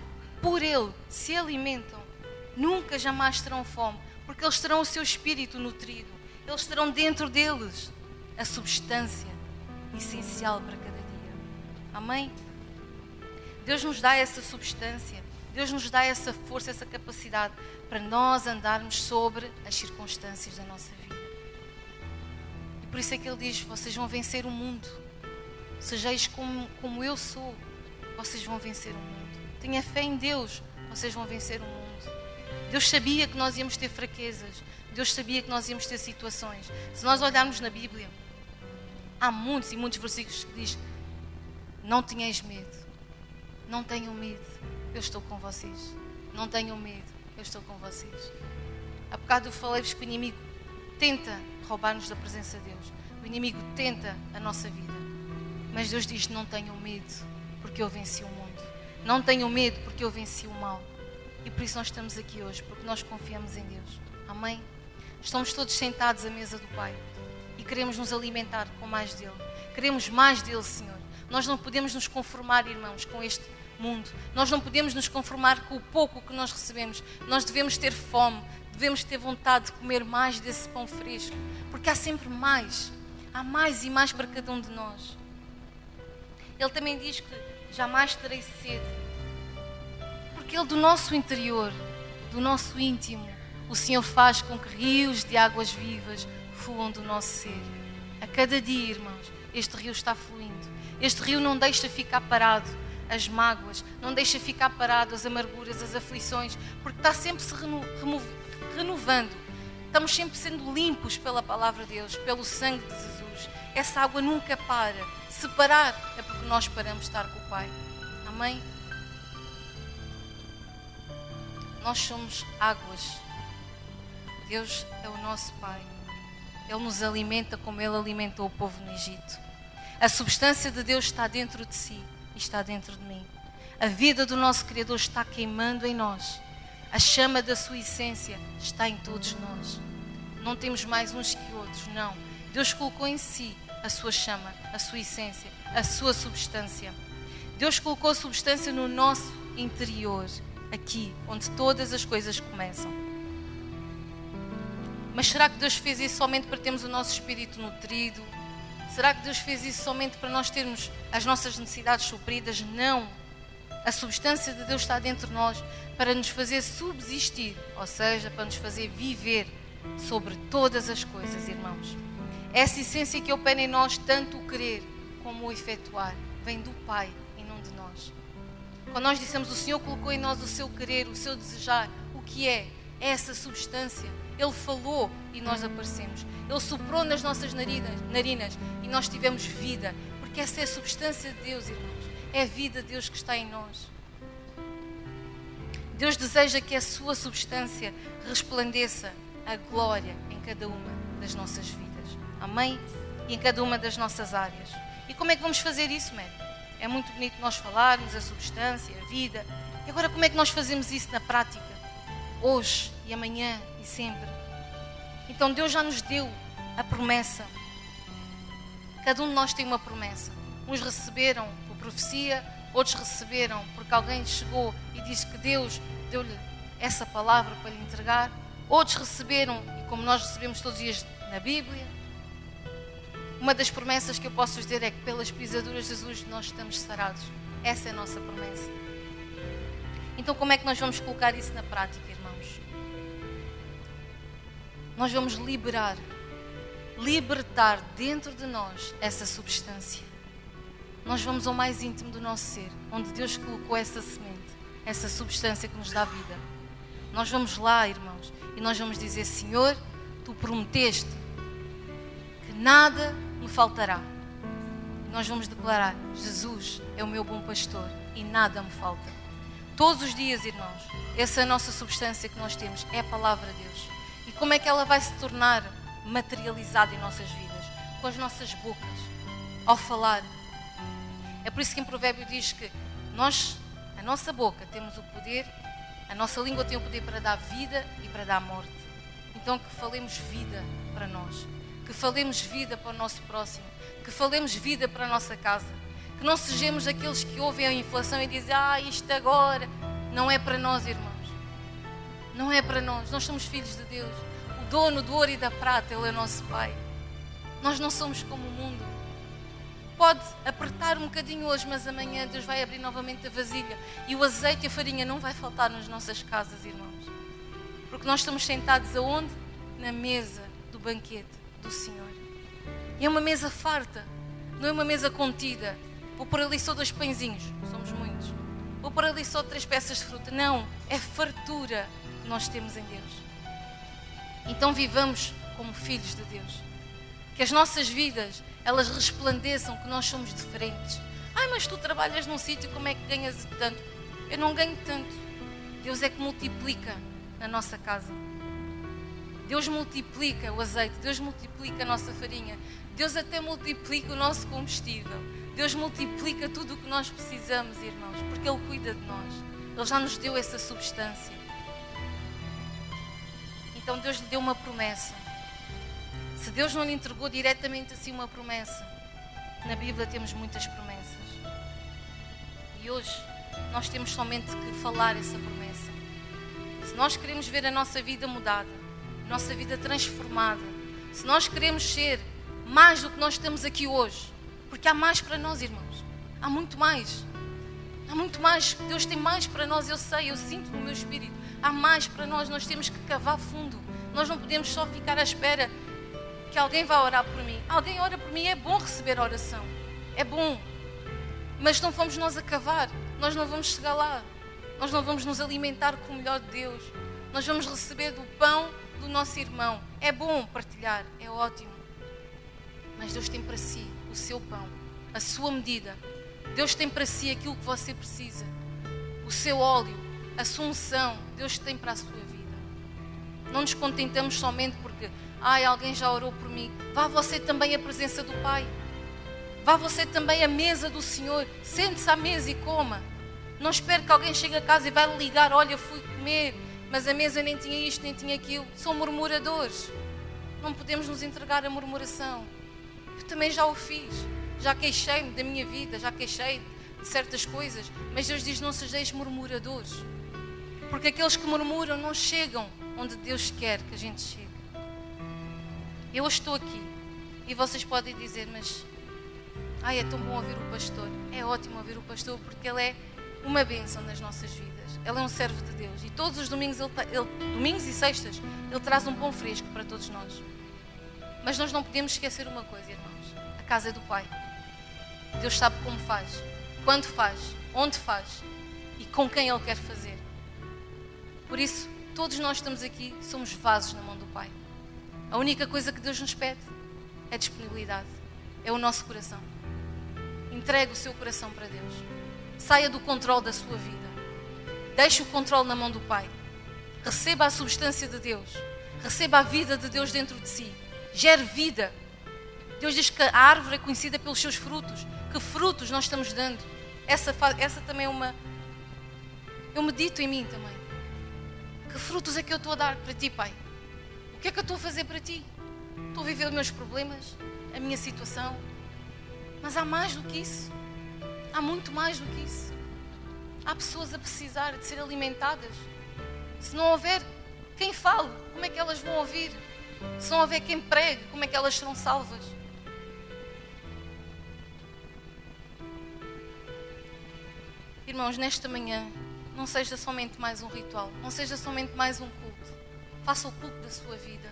nunca jamais terão fome, porque eles terão o seu espírito nutrido, eles terão dentro deles a substância essencial para cada dia. Amém? Deus nos dá essa substância, Deus nos dá essa força, essa capacidade para nós andarmos sobre as circunstâncias da nossa vida. E por isso é que Ele diz: vocês vão vencer o mundo. Sejais como eu sou, vocês vão vencer o mundo. Tenha fé em Deus, vocês vão vencer o mundo. Deus sabia que nós íamos ter fraquezas, Deus sabia que nós íamos ter situações. Se nós olharmos na Bíblia, há muitos e muitos versículos que diz: não tenhais medo, não tenham medo, eu estou com vocês. Não tenham medo, eu estou com vocês. Há bocado eu falei-vos que o inimigo tenta roubar-nos da presença de Deus. O inimigo tenta a nossa vida. Mas Deus diz: não tenham medo, porque eu venci o mundo. Não tenham medo, porque eu venci o mal. E por isso nós estamos aqui hoje, porque nós confiamos em Deus. Amém? Estamos todos sentados à mesa do Pai e queremos nos alimentar com mais dele. Queremos mais dele, Senhor. Nós não podemos nos conformar, irmãos, com este mundo. Nós não podemos nos conformar com o pouco que nós recebemos. Nós devemos ter fome, devemos ter vontade de comer mais desse pão fresco, porque há sempre mais. Há mais e mais para cada um de nós. Ele também diz que jamais terei sede, porque Ele do nosso interior, do nosso íntimo, o Senhor faz com que rios de águas vivas fluam do nosso ser. A cada dia, irmãos, este rio está fluindo. Este rio não deixa ficar parado as mágoas, não deixa ficar parado as amarguras, as aflições, porque está sempre se renovando. Estamos sempre sendo limpos pela palavra de Deus, pelo sangue de Jesus. Essa água nunca para. Se parar, é porque nós paramos de estar com o Pai. Amém? Nós somos águas. Deus é o nosso Pai. Ele nos alimenta como Ele alimentou o povo no Egito. A substância de Deus está dentro de si e está dentro de mim. A vida do nosso Criador está queimando em nós. A chama da sua essência está em todos nós. Não temos mais uns que outros, não. Deus colocou em si a sua chama, a sua essência, a sua substância. Deus colocou a substância no nosso interior, aqui, onde todas as coisas começam. Mas será que Deus fez isso somente para termos o nosso espírito nutrido? Será que Deus fez isso somente para nós termos as nossas necessidades supridas? Não. A substância de Deus está dentro de nós para nos fazer subsistir, ou seja, para nos fazer viver sobre todas as coisas, irmãos. Essa essência que opera em nós, tanto o querer como o efetuar, vem do Pai e não de nós. Quando nós dissemos o Senhor colocou em nós o seu querer, o seu desejar, o que é? É essa substância. Ele falou e nós aparecemos. Ele soprou nas nossas narinas e nós tivemos vida. Porque essa é a substância de Deus, irmãos. É a vida de Deus que está em nós. Deus deseja que a sua substância resplandeça a glória em cada uma das nossas vidas. Amém? E em cada uma das nossas áreas. E como é que vamos fazer isso, Mary? É muito bonito nós falarmos a substância, a vida. E agora como é que nós fazemos isso na prática? Hoje e amanhã e sempre. Então Deus já nos deu a promessa. Cada um de nós tem uma promessa. Uns receberam por profecia, outros receberam porque alguém chegou e disse que Deus deu-lhe essa palavra para lhe entregar. Outros receberam, e como nós recebemos todos os dias na Bíblia, uma das promessas que eu posso dizer é que pelas pisaduras de Jesus nós estamos sarados. Essa é a nossa promessa. Então como é que nós vamos colocar isso na prática, irmãos? Nós vamos libertar dentro de nós essa substância. Nós vamos ao mais íntimo do nosso ser, onde Deus colocou essa semente, essa substância que nos dá vida. Nós vamos lá, irmãos, e nós vamos dizer: Senhor, Tu prometeste que nada me faltará. E nós vamos declarar: Jesus é o meu bom pastor e nada me falta. Todos os dias, irmãos, essa é a nossa substância que nós temos, é a palavra de Deus. E como é que ela vai se tornar materializada em nossas vidas? Com as nossas bocas, ao falar. É por isso que em Provérbio diz que nós, a nossa boca, temos o poder, a nossa língua tem o poder para dar vida e para dar morte. Então que falemos vida para nós, que falemos vida para o nosso próximo, que falemos vida para a nossa casa, que não sejamos aqueles que ouvem a inflação e dizem: isto agora não é para nós, irmãos. Não é para nós. Nós somos filhos de Deus. O dono do ouro e da prata, Ele é nosso Pai. Nós não somos como o mundo. Pode apertar um bocadinho hoje, mas amanhã Deus vai abrir novamente a vasilha e o azeite e a farinha não vai faltar nas nossas casas, irmãos. Porque nós estamos sentados aonde? Na mesa do banquete do Senhor. E é uma mesa farta, não é uma mesa contida. Vou pôr ali só 2 pãezinhos, somos muitos. Vou pôr ali só 3 peças de fruta. Não, é fartura que nós temos em Deus. Então vivamos como filhos de Deus. Que as nossas vidas, elas resplandeçam que nós somos diferentes. Mas tu trabalhas num sítio, como é que ganhas tanto? Eu não ganho tanto. Deus é que multiplica na nossa casa. Deus multiplica o azeite, Deus multiplica a nossa farinha, Deus até multiplica o nosso combustível, Deus multiplica tudo o que nós precisamos, irmãos, porque Ele cuida de nós. Ele já nos deu essa substância. Então Deus lhe deu uma promessa. Se Deus não lhe entregou diretamente assim uma promessa, na Bíblia temos muitas promessas. E hoje nós temos somente que falar essa promessa. Se nós queremos ver a nossa vida mudada, a nossa vida transformada, se nós queremos ser mais do que nós estamos aqui hoje, porque há mais para nós, irmãos. Há muito mais. Há muito mais. Deus tem mais para nós, eu sei, eu sinto no meu espírito. Há mais para nós, nós temos que cavar fundo. Nós não podemos só ficar à espera que alguém vá orar por mim. Alguém ora por mim, é bom receber a oração. É bom. Mas não fomos nós a cavar. Nós não vamos chegar lá. Nós não vamos nos alimentar com o melhor de Deus. Nós vamos receber do pão do nosso irmão. É bom partilhar, é ótimo. Mas Deus tem para si o seu pão, a sua medida. Deus tem para si aquilo que você precisa. O seu óleo, a sua unção, Deus tem para a sua vida. Não nos contentamos somente porque alguém já orou por mim. Vá você também à presença do Pai. Vá você também à mesa do Senhor. Sente-se à mesa e coma. Não espere que alguém chegue a casa e vai lhe ligar: olha, fui comer, mas a mesa nem tinha isto, nem tinha aquilo. São murmuradores. Não podemos nos entregar à murmuração. Eu também já o fiz. Já queixei-me da minha vida, já queixei de certas coisas. Mas Deus diz: não sejais murmuradores. Porque aqueles que murmuram não chegam onde Deus quer que a gente chegue. Eu estou aqui e vocês podem dizer: mas é tão bom ouvir o pastor. É ótimo ouvir o pastor porque ele é uma bênção nas nossas vidas. Ele é um servo de Deus e todos os domingos, domingos e sextas, ele traz um pão fresco para todos nós. Mas nós não podemos esquecer uma coisa, irmãos: a casa é do Pai. Deus sabe como faz, quando faz, onde faz e com quem Ele quer fazer. Por isso, todos nós estamos aqui, somos vasos na mão do Pai. A única coisa que Deus nos pede é disponibilidade, é o nosso coração. Entregue o seu coração para Deus. Saia do controle da sua vida. Deixe o controle na mão do Pai. Receba a substância de Deus. Receba a vida de Deus dentro de si. Gere vida. Deus diz que a árvore é conhecida pelos seus frutos. Que frutos nós estamos dando? Essa também é uma... Eu medito em mim também. Que frutos é que eu estou a dar para ti, Pai? O que é que eu estou a fazer para ti? Estou a viver os meus problemas, a minha situação. Mas há mais do que isso. Há muito mais do que isso. Há pessoas a precisar de ser alimentadas. Se não houver quem fale, como é que elas vão ouvir? Se não houver quem pregue, como é que elas serão salvas? Irmãos, nesta manhã, não seja somente mais um ritual, não seja somente mais um culto. Faça o culto da sua vida.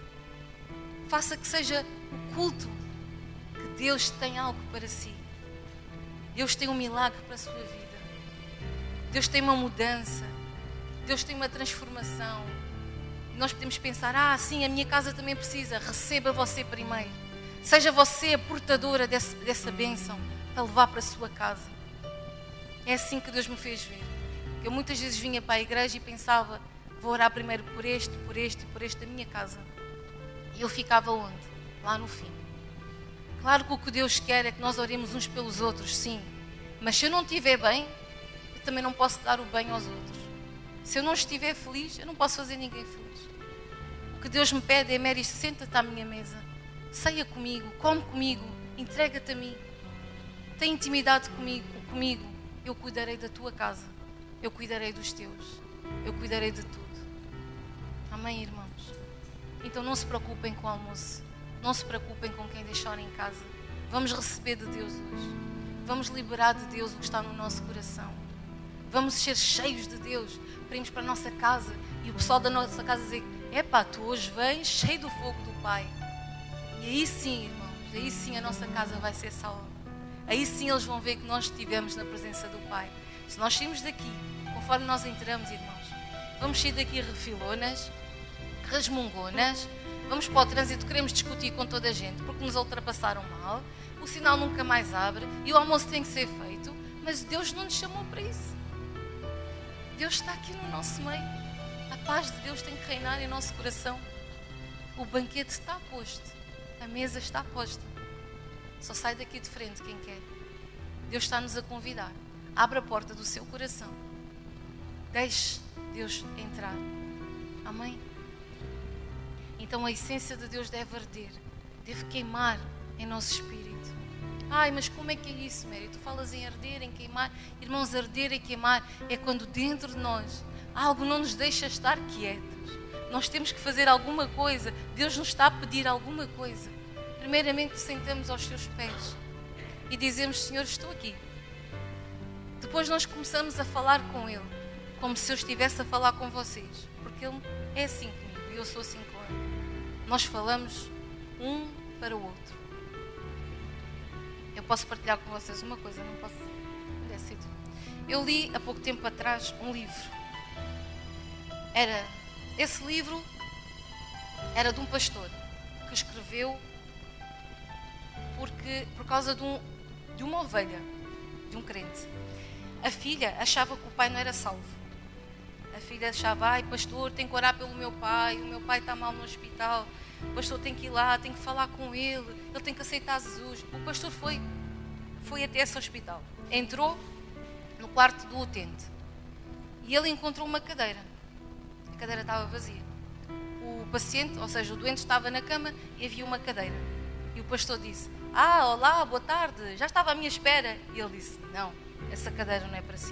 Faça que seja o culto que Deus tem algo para si. Deus tem um milagre para a sua vida. Deus tem uma mudança. Deus tem uma transformação. E nós podemos pensar: sim, a minha casa também precisa. Receba você primeiro. Seja você a portadora dessa bênção para levar para a sua casa. É assim que Deus me fez ver. Eu muitas vezes vinha para a igreja e pensava: vou orar primeiro por este e por este da minha casa. E eu ficava onde? Lá no fim. Claro que o que Deus quer é que nós oremos uns pelos outros, sim. Mas se eu não estiver bem, eu também não posso dar o bem aos outros. Se eu não estiver feliz, eu não posso fazer ninguém feliz. O que Deus me pede é: Mary, senta-te à minha mesa. Ceia comigo, come comigo, entrega-te a mim. Tem intimidade comigo. Eu cuidarei da tua casa. Eu cuidarei dos teus. Eu cuidarei de tudo. Amém, irmãos? Então não se preocupem com o almoço. Não se preocupem com quem deixar em casa. Vamos receber de Deus hoje. Vamos liberar de Deus o que está no nosso coração. Vamos ser cheios de Deus para irmos para a nossa casa e o pessoal da nossa casa dizer: tu hoje vens cheio do fogo do Pai. E aí sim, irmãos, aí sim a nossa casa vai ser salva. Aí sim eles vão ver que nós estivemos na presença do Pai. Se nós saímos daqui, conforme nós entramos, irmãos, vamos sair daqui refilonas, resmungonas, vamos para o trânsito, queremos discutir com toda a gente porque nos ultrapassaram mal, o sinal nunca mais abre e o almoço tem que ser feito, mas Deus não nos chamou para isso. Deus está aqui no nosso meio. A paz de Deus tem que reinar em nosso coração. O banquete está posto, a mesa está posta. Só sai daqui de frente quem quer. Deus está-nos a convidar. Abra a porta do seu coração. Deixe Deus entrar. Amém? Então a essência de Deus deve arder, deve queimar em nosso espírito. Ai, mas como é que é isso, Mary? Tu falas em arder, em queimar. Irmãos, arder e queimar é quando dentro de nós algo não nos deixa estar quietos. Nós temos que fazer alguma coisa. Deus nos está a pedir alguma coisa. Primeiramente, sentamos aos seus pés e dizemos: Senhor, estou aqui. Depois nós começamos a falar com Ele, como se eu estivesse a falar com vocês, porque Ele é assim comigo e eu sou assim com Ele. Nós falamos um para o outro. Eu posso partilhar com vocês uma coisa, não posso? Eu li há pouco tempo atrás um livro. Esse livro era de um pastor que escreveu por causa de uma ovelha, de um crente. A filha achava que o pai não era salvo. A filha achava: ai, pastor, tenho que orar pelo meu pai, o meu pai está mal no hospital, o pastor tem que ir lá, tem que falar com ele tem que aceitar Jesus. O pastor foi até esse hospital, entrou no quarto do utente e ele encontrou uma cadeira. A cadeira estava vazia. O paciente, ou seja, o doente, estava na cama e havia uma cadeira. E o pastor disse: ah, olá, boa tarde, já estava à minha espera. E ele disse: não, essa cadeira não é para si.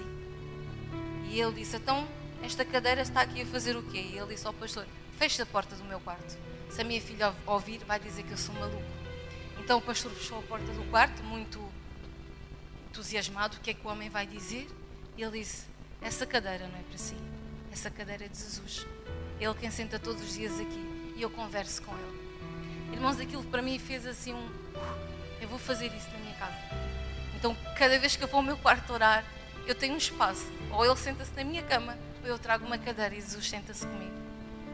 E ele disse: então, esta cadeira está aqui a fazer o quê? E ele disse ao pastor: feche a porta do meu quarto. Se a minha filha ouvir, vai dizer que eu sou maluco. Então o pastor fechou a porta do quarto, muito entusiasmado. O que é que o homem vai dizer? E ele disse: essa cadeira não é para si. Essa cadeira é de Jesus. Ele quem senta todos os dias aqui. E eu converso com ele. Irmãos, aquilo para mim fez assim eu vou fazer isso na minha casa. Então, cada vez que eu vou ao meu quarto orar, eu tenho um espaço. Ou ele senta-se na minha cama, ou eu trago uma cadeira e Jesus senta-se comigo.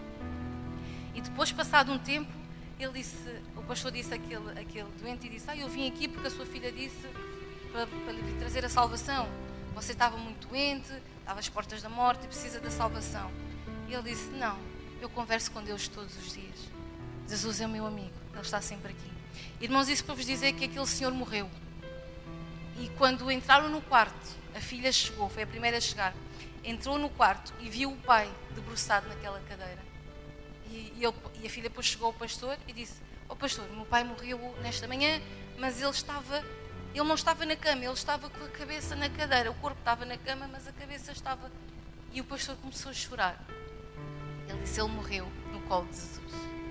E depois, passado um tempo, o pastor disse àquele doente e disse: eu vim aqui porque a sua filha disse para lhe trazer a salvação. Você estava muito doente, estava às portas da morte e precisa da salvação. E ele disse: não, eu converso com Deus todos os dias. Jesus é o meu amigo, Ele está sempre aqui. Irmãos, isso para vos dizer que aquele senhor morreu. E quando entraram no quarto, a filha chegou, foi a primeira a chegar, entrou no quarto e viu o pai debruçado naquela cadeira. E a filha depois chegou ao pastor e disse: pastor, o meu pai morreu nesta manhã, mas ele não estava na cama, ele estava com a cabeça na cadeira. O corpo estava na cama, mas a cabeça estava... E o pastor começou a chorar. Ele disse: ele morreu no colo de Jesus.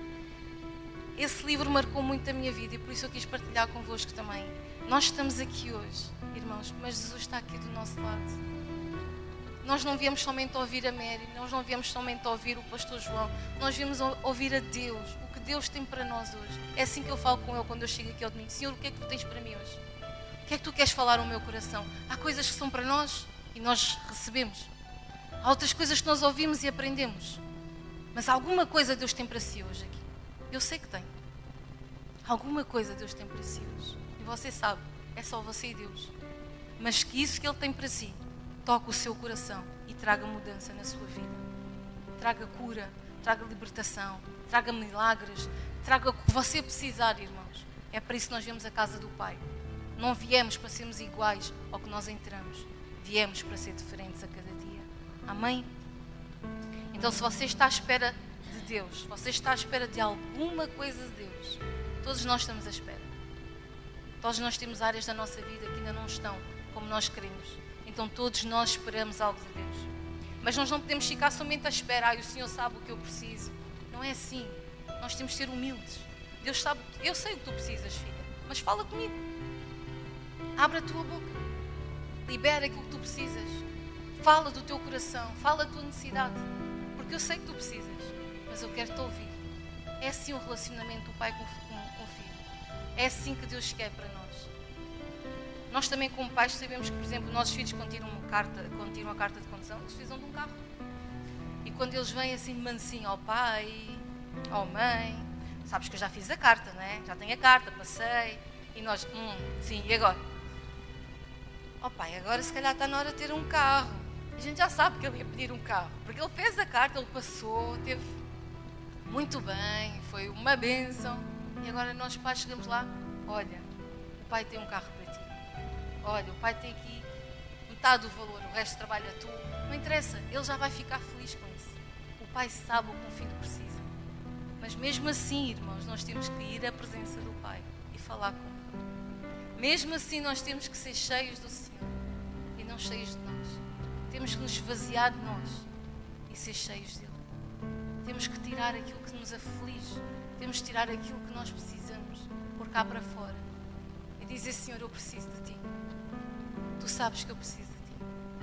Esse livro marcou muito a minha vida e por isso eu quis partilhar convosco também. Nós estamos aqui hoje, irmãos, mas Jesus está aqui do nosso lado. Nós não viemos somente ouvir a Mary, nós não viemos somente ouvir o pastor João, nós viemos ouvir a Deus, o que Deus tem para nós hoje. É assim que eu falo com Ele quando eu chego aqui ao domingo: Senhor, o que é que tu tens para mim hoje? O que é que tu queres falar ao meu coração? Há coisas que são para nós e nós recebemos. Há outras coisas que nós ouvimos e aprendemos. Mas alguma coisa Deus tem para si hoje aqui. Eu sei que tem. Alguma coisa Deus tem para si hoje. E você sabe, é só você e Deus. Mas que isso que Ele tem para si toque o seu coração e traga mudança na sua vida. Traga cura, traga libertação, traga milagres, traga o que você precisar, irmãos. É para isso que nós viemos à casa do Pai. Não viemos para sermos iguais ao que nós entramos. Viemos para ser diferentes a cada dia. Amém? Então, se você está à espera de Deus, você está à espera de alguma coisa de Deus, todos nós estamos à espera. Todos nós temos áreas da nossa vida que ainda não estão como nós queremos. Então todos nós esperamos algo de Deus. Mas nós não podemos ficar somente à espera: o Senhor sabe o que eu preciso. Não é assim. Nós temos de ser humildes. Deus sabe, eu sei o que tu precisas, filha, mas fala comigo. Abre a tua boca. Libera aquilo que tu precisas. Fala do teu coração. Fala da tua necessidade. Porque eu sei que tu precisas, mas eu quero te ouvir. É assim o relacionamento do pai com o filho. É assim que Deus quer para nós. Nós também, como pais, sabemos que, por exemplo, nossos filhos, quando tiram a carta de condução, eles precisam de um carro. E quando eles vêm assim de mansinho ao pai, à mãe: sabes que eu já fiz a carta, não é? Já tenho a carta, passei. E nós: sim, e agora? Pai, agora se calhar está na hora de ter um carro. A gente já sabe que ele ia pedir um carro, porque ele fez a carta, ele passou, teve muito bem, foi uma bênção. E agora nós, pais, chegamos lá: olha, o pai tem um carro para ti. olha, o pai tem aqui metade do valor, o resto trabalha tu. Não interessa, ele já vai ficar feliz com isso. O pai sabe o que um filho precisa. Mas mesmo assim, irmãos, nós temos que ir à presença do pai e falar com ele. Mesmo assim, nós temos que ser cheios do Senhor e não cheios de nós. Temos que nos esvaziar de nós e ser cheios dele. Temos que tirar aquilo que nos aflige. Temos que tirar aquilo que nós precisamos, pôr cá para fora e dizer: Senhor, eu preciso de ti. Tu sabes que eu preciso de ti.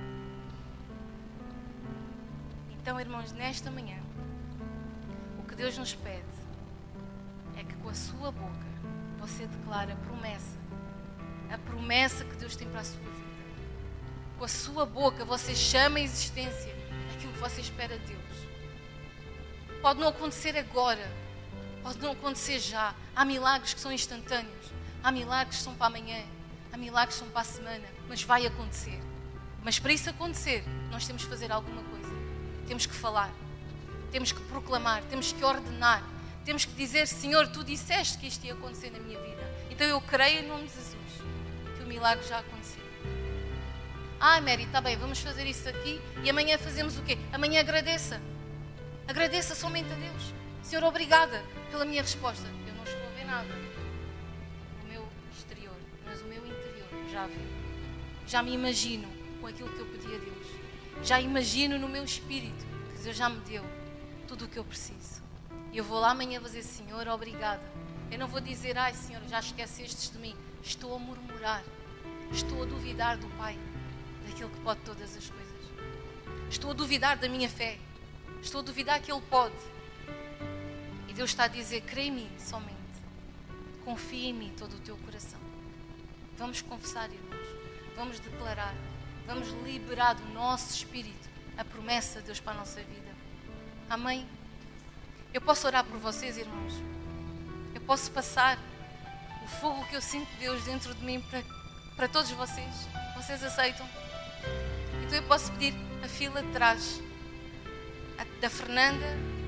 Então, irmãos, nesta manhã, o que Deus nos pede é que com a sua boca você declare a promessa que Deus tem para a sua vida. Com a sua boca você chama a existência aquilo que você espera de Deus. Pode não acontecer agora, pode não acontecer já. Há milagres que são instantâneos, há milagres que são para amanhã, há milagres que são para a semana, mas vai acontecer. Mas para isso acontecer, nós temos que fazer alguma coisa. Temos que falar, temos que proclamar, temos que ordenar, temos que dizer: Senhor, tu disseste que isto ia acontecer na minha vida, então eu creio em nome de Jesus que o milagre já aconteceu. Mary, está bem, vamos fazer isso aqui e amanhã fazemos o quê? Amanhã agradeça. Agradeça somente a Deus. Senhor, obrigada pela minha resposta. Eu não estou a ver nada no meu exterior, mas o meu interior já viu. Já me imagino com aquilo que eu pedi a Deus. Já imagino no meu espírito que Deus já me deu tudo o que eu preciso. E eu vou lá amanhã dizer: Senhor, obrigada. Eu não vou dizer: ai, Senhor, já esquecestes de mim. Estou a murmurar. Estou a duvidar do Pai, daquele que pode todas as coisas. Estou a duvidar da minha fé. Estou a duvidar que Ele pode. E Deus está a dizer: crê em mim somente. Confia em mim todo o teu coração. Vamos confessar, irmãos. Vamos declarar. Vamos liberar do nosso espírito a promessa de Deus para a nossa vida. Amém? Eu posso orar por vocês, irmãos. Eu posso passar o fogo que eu sinto de Deus dentro de mim para todos vocês. Vocês aceitam? Então eu posso pedir a fila de trás, da Fernanda,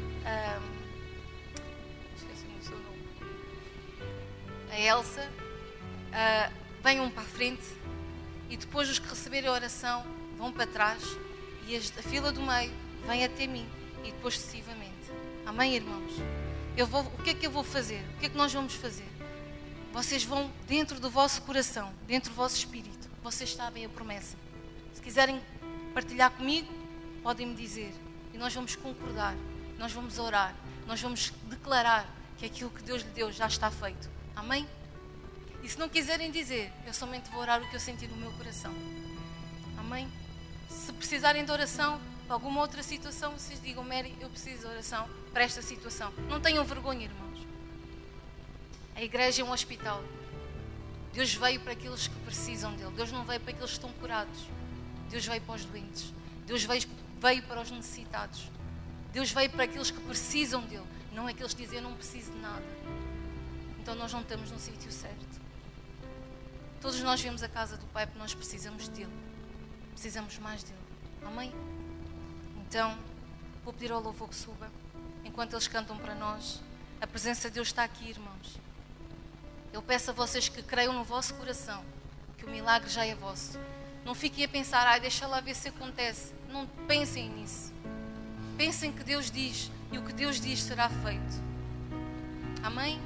esqueci-me o seu nome, a Elsa, venham para a frente, e depois os que receberem a oração vão para trás, e a fila do meio vem até mim, e depois sucessivamente. Amém, irmãos? O que é que eu vou fazer? O que é que nós vamos fazer? Vocês vão dentro do vosso coração, dentro do vosso espírito. Vocês sabem a promessa. Se quiserem partilhar comigo, podem-me dizer. E nós vamos concordar, nós vamos orar, nós vamos declarar que aquilo que Deus lhe deu já está feito. Amém? E se não quiserem dizer, eu somente vou orar o que eu senti no meu coração. Amém? Se precisarem de oração para alguma outra situação, vocês digam: Mary, eu preciso de oração para esta situação. Não tenham vergonha, irmãos. A igreja é um hospital. Deus veio para aqueles que precisam dele. Deus não veio para aqueles que estão curados. Deus veio para os doentes. Deus veio para os necessitados. Deus veio para aqueles que precisam dele. Não é aqueles que dizem: eu não preciso de nada. Então nós não estamos no sítio certo. Todos nós vemos a casa do Pai porque nós precisamos dele. Precisamos mais dele. Amém? Então, vou pedir ao louvor que suba. Enquanto eles cantam para nós, a presença de Deus está aqui, irmãos. Eu peço a vocês que creiam no vosso coração que o milagre já é vosso. Não fiquem a pensar: deixa lá ver se acontece. Não pensem nisso. Pensem que Deus diz, e o que Deus diz será feito. Amém?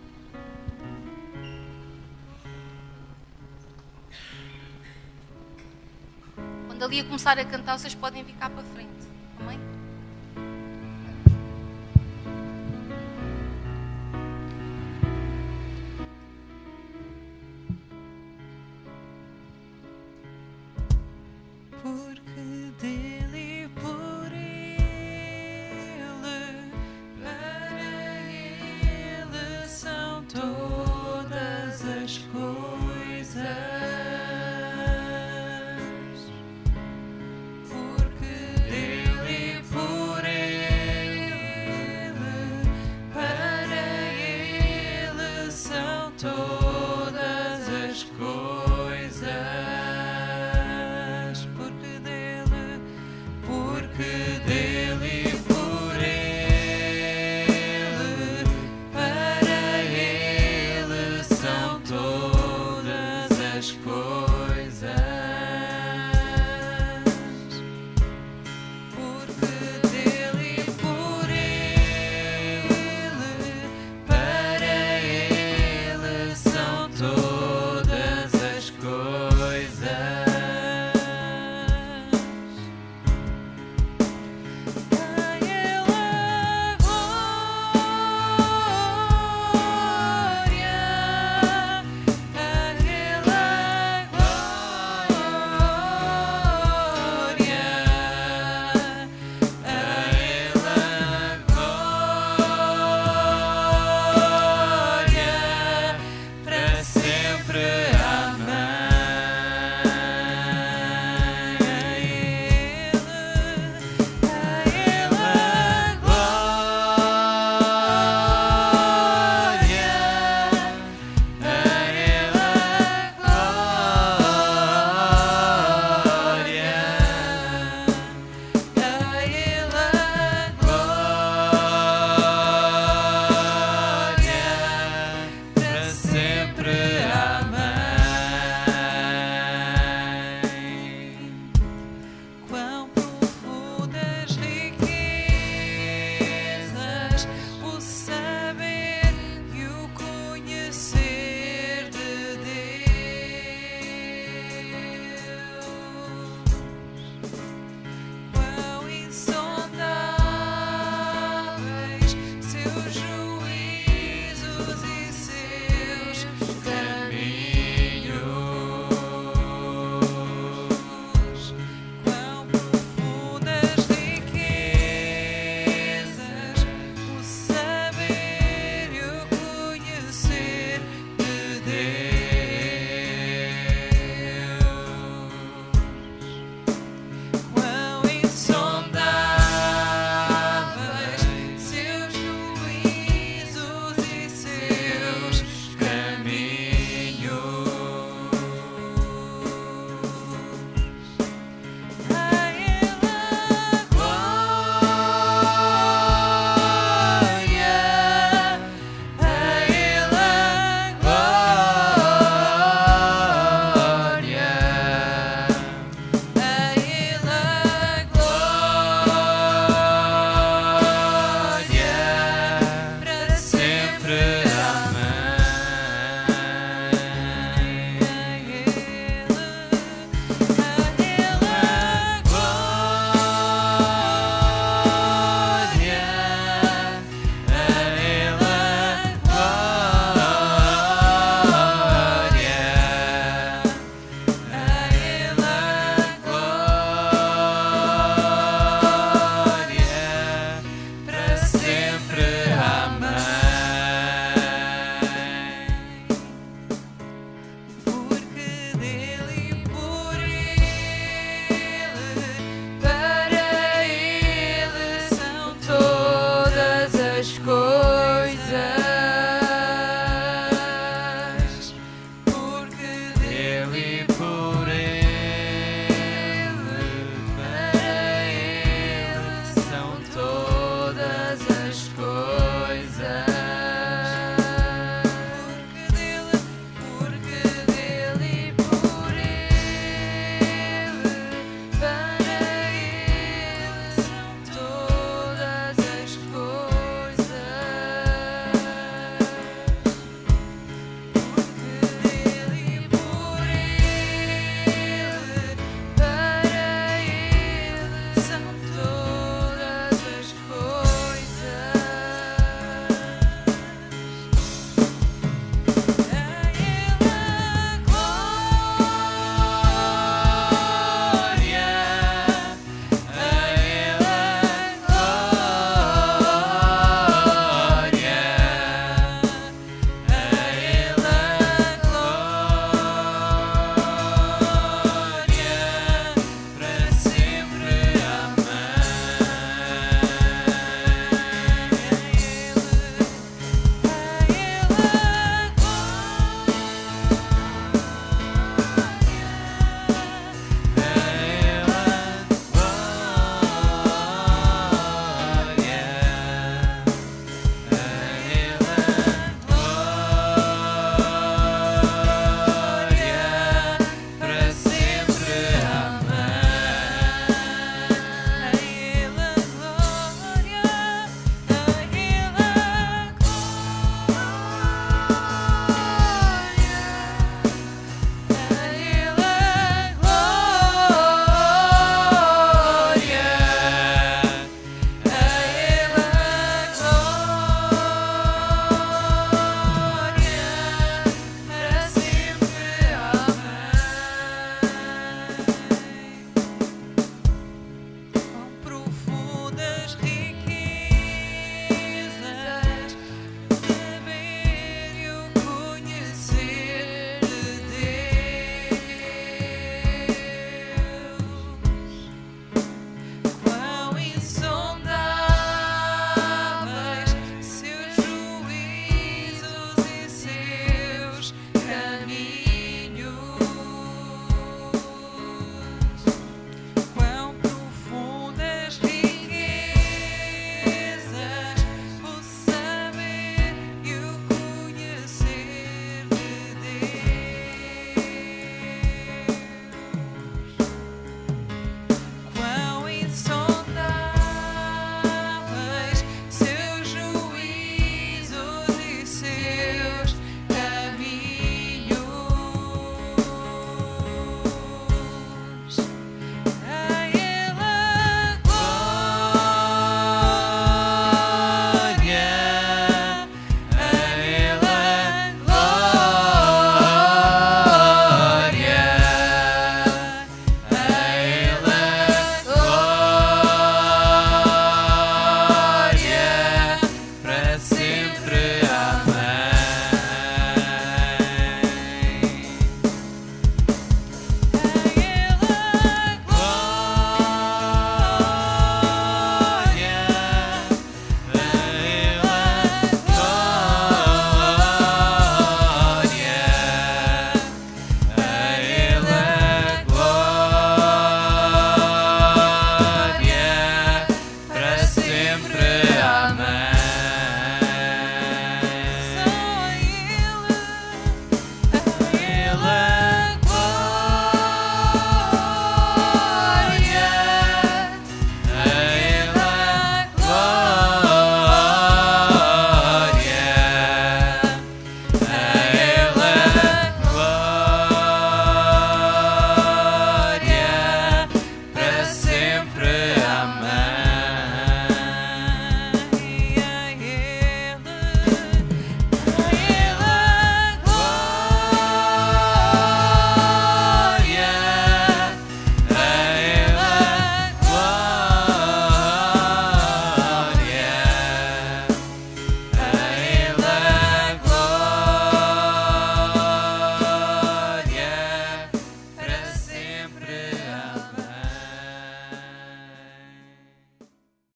Quando ali a começar a cantar, vocês podem vir cá para frente. Amém? Porque dele, por ele, para ele são todas as coisas. Porque dele, por ele. todas as coisas.